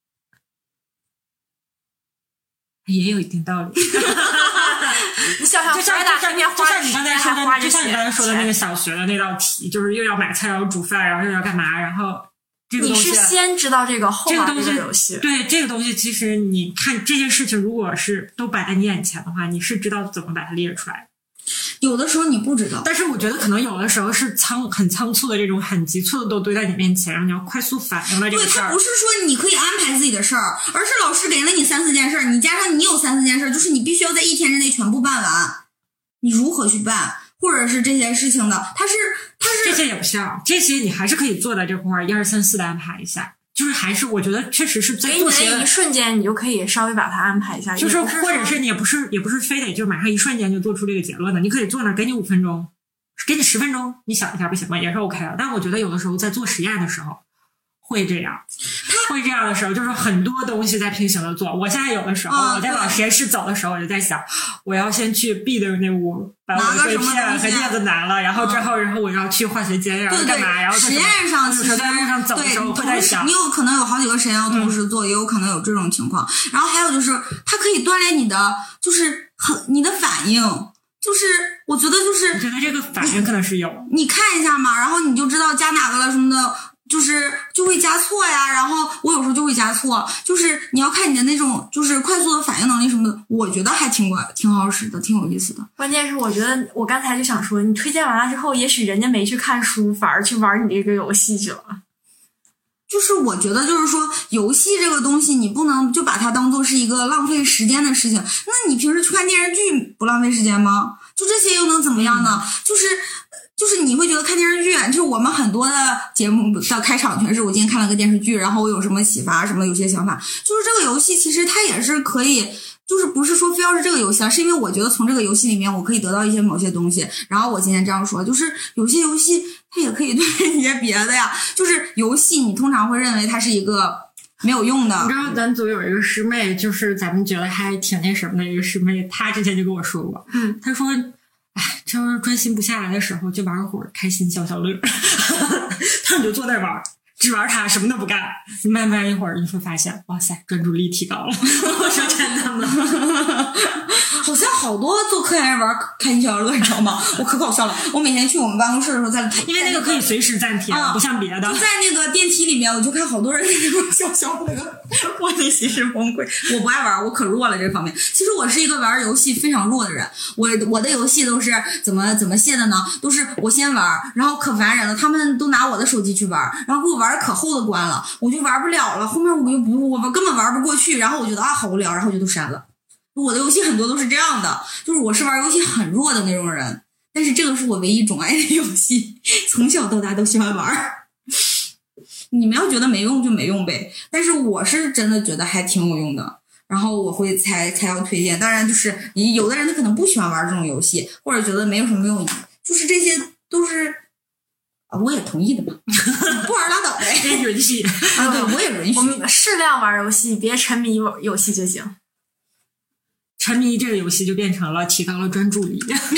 也有一定道理。 你想想， 就像就像就像你刚才说的，就像你刚才说的那个小学的那道题，就是又要买菜，然后煮饭，然后又要干嘛，然后这个东西你是先知道这个后玩这个游戏。 对，这个东西其实你看这件事情，如果是都摆在你眼前的话，你是知道怎么把它列出来。 有的时候你不知道， 但是我觉得可能有的时候是仓很仓促的这种很急促的都堆在你面前，然后你要快速反应了这个事儿。 对，他不是说你可以安排自己的事儿，而是老师给了你三四件事儿，你加上你有三四件事儿，就是你必须要在一天之内全部办完。你如何去办，或者是这些事情的，它是它是这些也不像，这些你还是可以做的这块儿一二三四的安排一下。就是还是我觉得确实是在做些给你的一瞬间，你就可以稍微把它安排一下， 就是或者是你也不是也不是非得就马上一瞬间就做出这个结论的，你可以坐那儿给你五分钟，给你十分钟，你想一下不行吗？也是 OK 的。但我觉得有的时候在做实验的时候会这样，会这样的时候就是很多东西在平行的做。我现在有的时候、哦、我在往实验室走的时候，我就在想，我要先去 B 的那屋把我的硅片和叶子拿了，然后之后、嗯、然后我要去化学间，然后干嘛？然后实验上其实在路上走的时候会在想， 你有可能有好几个实验要同时做、嗯，也有可能有这种情况。然后还有就是它可以锻炼你的，就是很你的反应。就是我觉得就是我觉得这个反应可能是有， 你看一下嘛，然后你就知道加哪个了什么的，就是就会加错呀，然后我有时候就会加错，就是你要看你的那种就是快速的反应能力什么的，我觉得还挺管挺好使的，挺有意思的。 关键是我觉得我刚才就想说，你推荐完了之后，也许人家没去看书，反而去玩你这个游戏去了。 就是我觉得就是说游戏这个东西你不能就把它当做是一个浪费时间的事情，那你平时去看电视剧不浪费时间吗？就这些又能怎么样呢、嗯、就是就是你会觉得看电视剧，就是我们很多的节目的开场全是我今天看了个电视剧，然后我有什么启发什么有些想法，就是这个游戏其实它也是可以，就是不是说非要是这个游戏啊，是因为我觉得从这个游戏里面我可以得到一些某些东西，然后我今天这样说，就是有些游戏它也可以对一些别的呀，就是游戏你通常会认为它是一个没有用的。 你知道咱组有一个师妹，就是咱们觉得还挺那什么的一个师妹，她之前就跟我说过，嗯，她说哎，这要是专心不下来的时候就玩会儿开心消消乐她你就坐那玩只玩它什么都不干，你慢慢一会儿你会发现哇塞专注力提高了我说真的吗好像好多做科研人玩开心消消乐你知道吗我可搞笑了，我每天去我们办公室的时候在因为那个可以随时暂停、啊、不像别的就在那个电梯里面我就看好多人在那玩消消乐我内心是崩溃，我不爱玩，我可弱了这方面。其实我是一个玩游戏非常弱的人，我我的游戏都是怎么怎么卸的呢，都是我先玩然后可烦人了，他们都拿我的手机去玩，然后给我玩可厚的关了，我就玩不了了，后面我就不我根本玩不过去，然后我觉得啊好无聊，然后我就都删了。我的游戏很多都是这样的，就是我是玩游戏很弱的那种人，但是这个是我唯一钟爱的游戏，从小到大都喜欢玩。你们要觉得没用就没用呗，但是我是真的觉得还挺有用的，然后我会才才要推荐。当然就是有的人他可能不喜欢玩这种游戏，或者觉得没有什么用，就是这些都是啊，我也同意的嘛，不玩拉倒呗， 允许啊，对，我也允许。 我们适量玩游戏，别沉迷游戏就行。 沉迷这个游戏就变成了提高了专注力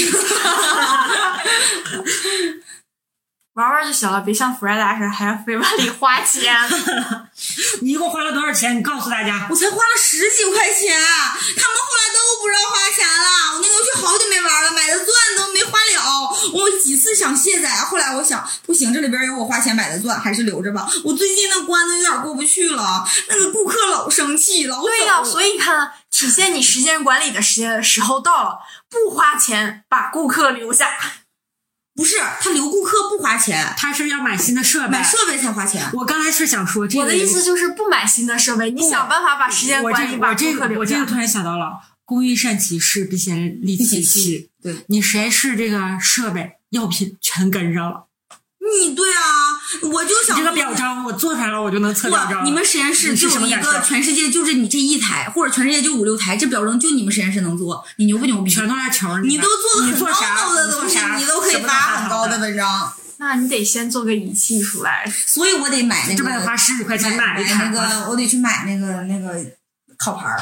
玩玩就行了，别像弗莱达似的还要非往里花钱你一共花了多少钱？你告诉大家。 我才花了十几块钱，他们后来都不让花钱了，我那个游戏好久没玩了，买的钻都没花了， 我几次想卸载，后来我想不行，这里边有我花钱买的钻，还是留着吧。我最近那关的有点过不去了，那个顾客老生气了。 对呀、啊，所以看体现你时间管理的时间时候到了，不花钱把顾客留下。 不是，他留顾客不花钱， 他是要买新的设备， 买设备才花钱。 我刚才是想说这个， 我的意思就是不买新的设备，你想办法把时间管理，把顾客留下。 我这个突然想到了，工欲善其事，必先利其器。 对， 你谁是这个设备药品全跟上了。 你对啊，我就想这个表彰我做出来了，我就能测表彰。 你们实验室就有一个，全世界就是你这一台，或者全世界就五六台，这表彰就你们实验室能做，你牛不牛逼？ 全都来求你，你都做的很高的东西，你都可以发很高的文章。 那你得先做个仪器出来， 所以我得买那个， 这得花十几块钱买一台那个，我得去买那个那个烤盘儿。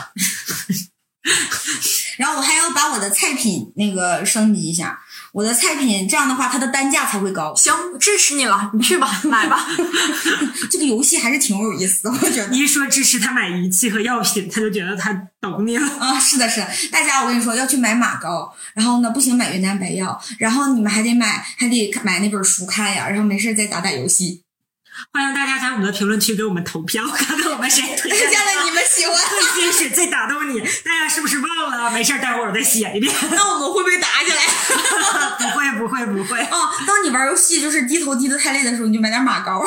然后我还要把我的菜品那个升级一下，我的菜品这样的话它的单价才会高。 行，支持你了，你去吧，买吧。 这个游戏还是挺有意思的，我觉得。 你一说支持他买仪器和药品，他就觉得他懂你了啊！是的，是的，大家我跟你说要去买马膏，然后呢不行买云南白药，然后你们还得买还得买那本书看呀，然后没事再打打游戏。 欢迎大家在我们的评论区给我们投票，看看我们谁推荐了你们喜欢最真实、最打动你。大家是不是忘了？没事，待会儿我再写一遍。 那我们会不会打起来？ 不会，不会，不会。 哦，当你玩游戏就是低头低得太累的时候，你就买点马膏。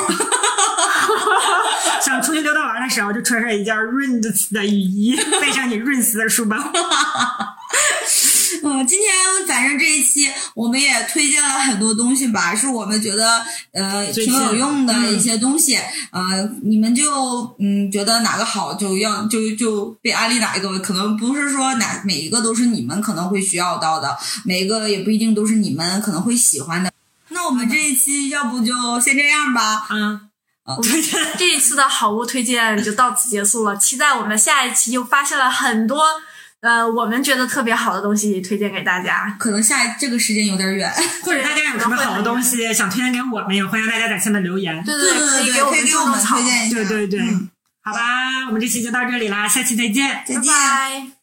想出去溜达玩的时候，就穿上一件润丝的雨衣，背上你润丝的书包。 嗯，今天反正这一期我们也推荐了很多东西吧，是我们觉得呃挺有用的一些东西，嗯、呃，你们就嗯觉得哪个好就要就就被安利哪一个，可能不是说哪每一个都是你们可能会需要到的，每一个也不一定都是你们可能会喜欢的。那我们这一期要不就先这样吧， 嗯。 我们这一次的好物推荐就到此结束了，期待我们下一期又发现了很多呃我们觉得特别好的东西推荐给大家。 可能下这个时间有点远， 或者大家有什么好的东西想推荐给我们，也欢迎大家在下面留言。 对对对对， 可以给我们给我们推荐一下。 对对对、 嗯， 好吧，我们这期就到这里啦，下期再见， 再见。 拜拜。